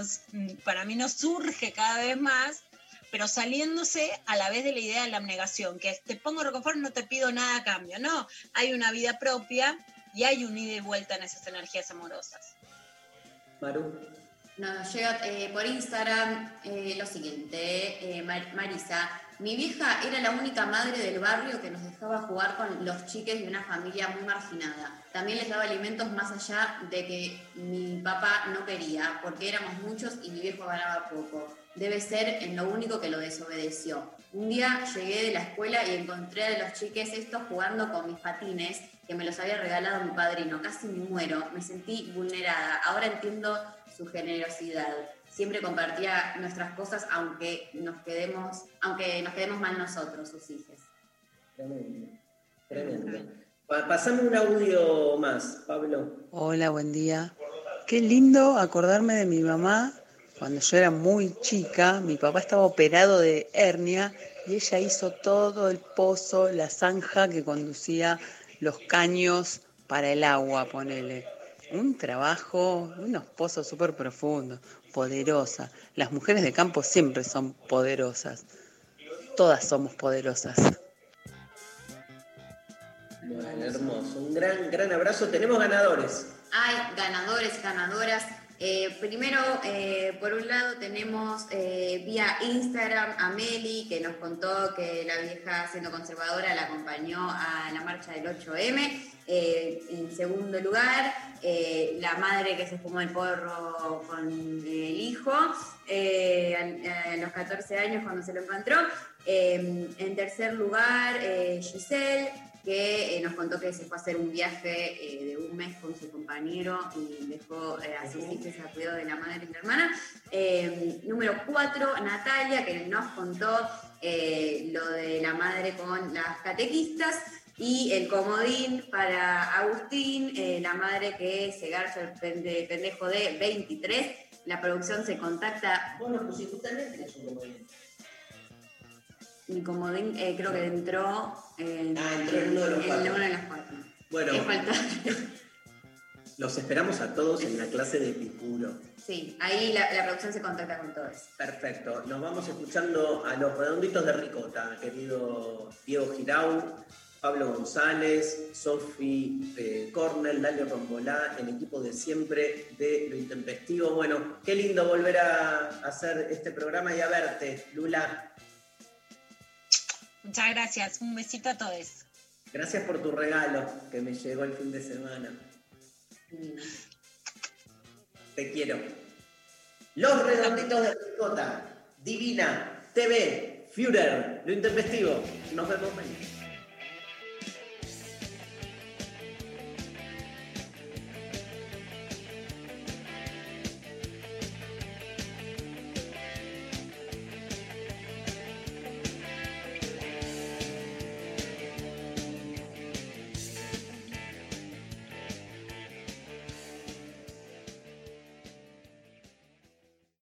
para mí nos surge cada vez más, pero saliéndose a la vez de la idea de la abnegación, que es, te pongo Roquefort, no te pido nada a cambio, no, hay una vida propia y hay un ida y vuelta en esas energías amorosas. Maru. Nos llega por Instagram lo siguiente, Marisa. Mi vieja era la única madre del barrio que nos dejaba jugar con los chiques de una familia muy marginada. También les daba alimentos más allá de que mi papá no quería, porque éramos muchos y mi viejo ganaba poco. Debe ser en lo único que lo desobedeció. Un día llegué de la escuela y encontré a los chiques estos jugando con mis patines que me los había regalado mi padrino. Casi me muero, me sentí vulnerada. Ahora entiendo su generosidad. Siempre compartía nuestras cosas aunque nos quedemos mal nosotros, sus hijos. Tremendo, tremendo. Pasame un audio más, Pablo. Hola, buen día. Qué lindo acordarme de mi mamá. Cuando yo era muy chica, mi papá estaba operado de hernia y ella hizo todo el pozo, la zanja que conducía los caños para el agua, ponele. Un trabajo, unos pozos súper profundos, poderosa. Las mujeres de campo siempre son poderosas. Todas somos poderosas. Bueno, hermoso. Un gran abrazo. Tenemos ganadores. Hay ganadores, ganadoras. Primero, por un lado tenemos vía Instagram a Meli, que nos contó que la vieja, siendo conservadora, la acompañó a la marcha del 8M. En segundo lugar, la madre que se fumó el porro con el hijo a los 14 años cuando se lo encontró. En tercer lugar, Giselle, que nos contó que se fue a hacer un viaje de un mes con su compañero y dejó a sus hijos a cuidado de la madre y la hermana. Número 4, Natalia, que nos contó lo de la madre con las catequistas. Y el comodín para Agustín, la madre que se garcha el pendejo de 23. La producción se contacta. Bueno, pues si tú también tenés un comodín. Mi comodín creo que entró en uno de los cuatro. Bueno, los esperamos a todos en la clase de Epicuro. Sí, ahí la producción se contacta con todos. Perfecto. Nos vamos escuchando a los redonditos de ricota, querido Diego Girau, Pablo González, Sofi Cornell, Dalia Rombolá, el equipo de siempre de Lo Intempestivo. Bueno, qué lindo volver a hacer este programa y a verte, Lula. Muchas gracias, un besito a todos. Gracias por tu regalo que me llegó el fin de semana. Te quiero. Los redonditos de ricota, Divina, TV, Führer, Lo Intempestivo. Nos vemos mañana.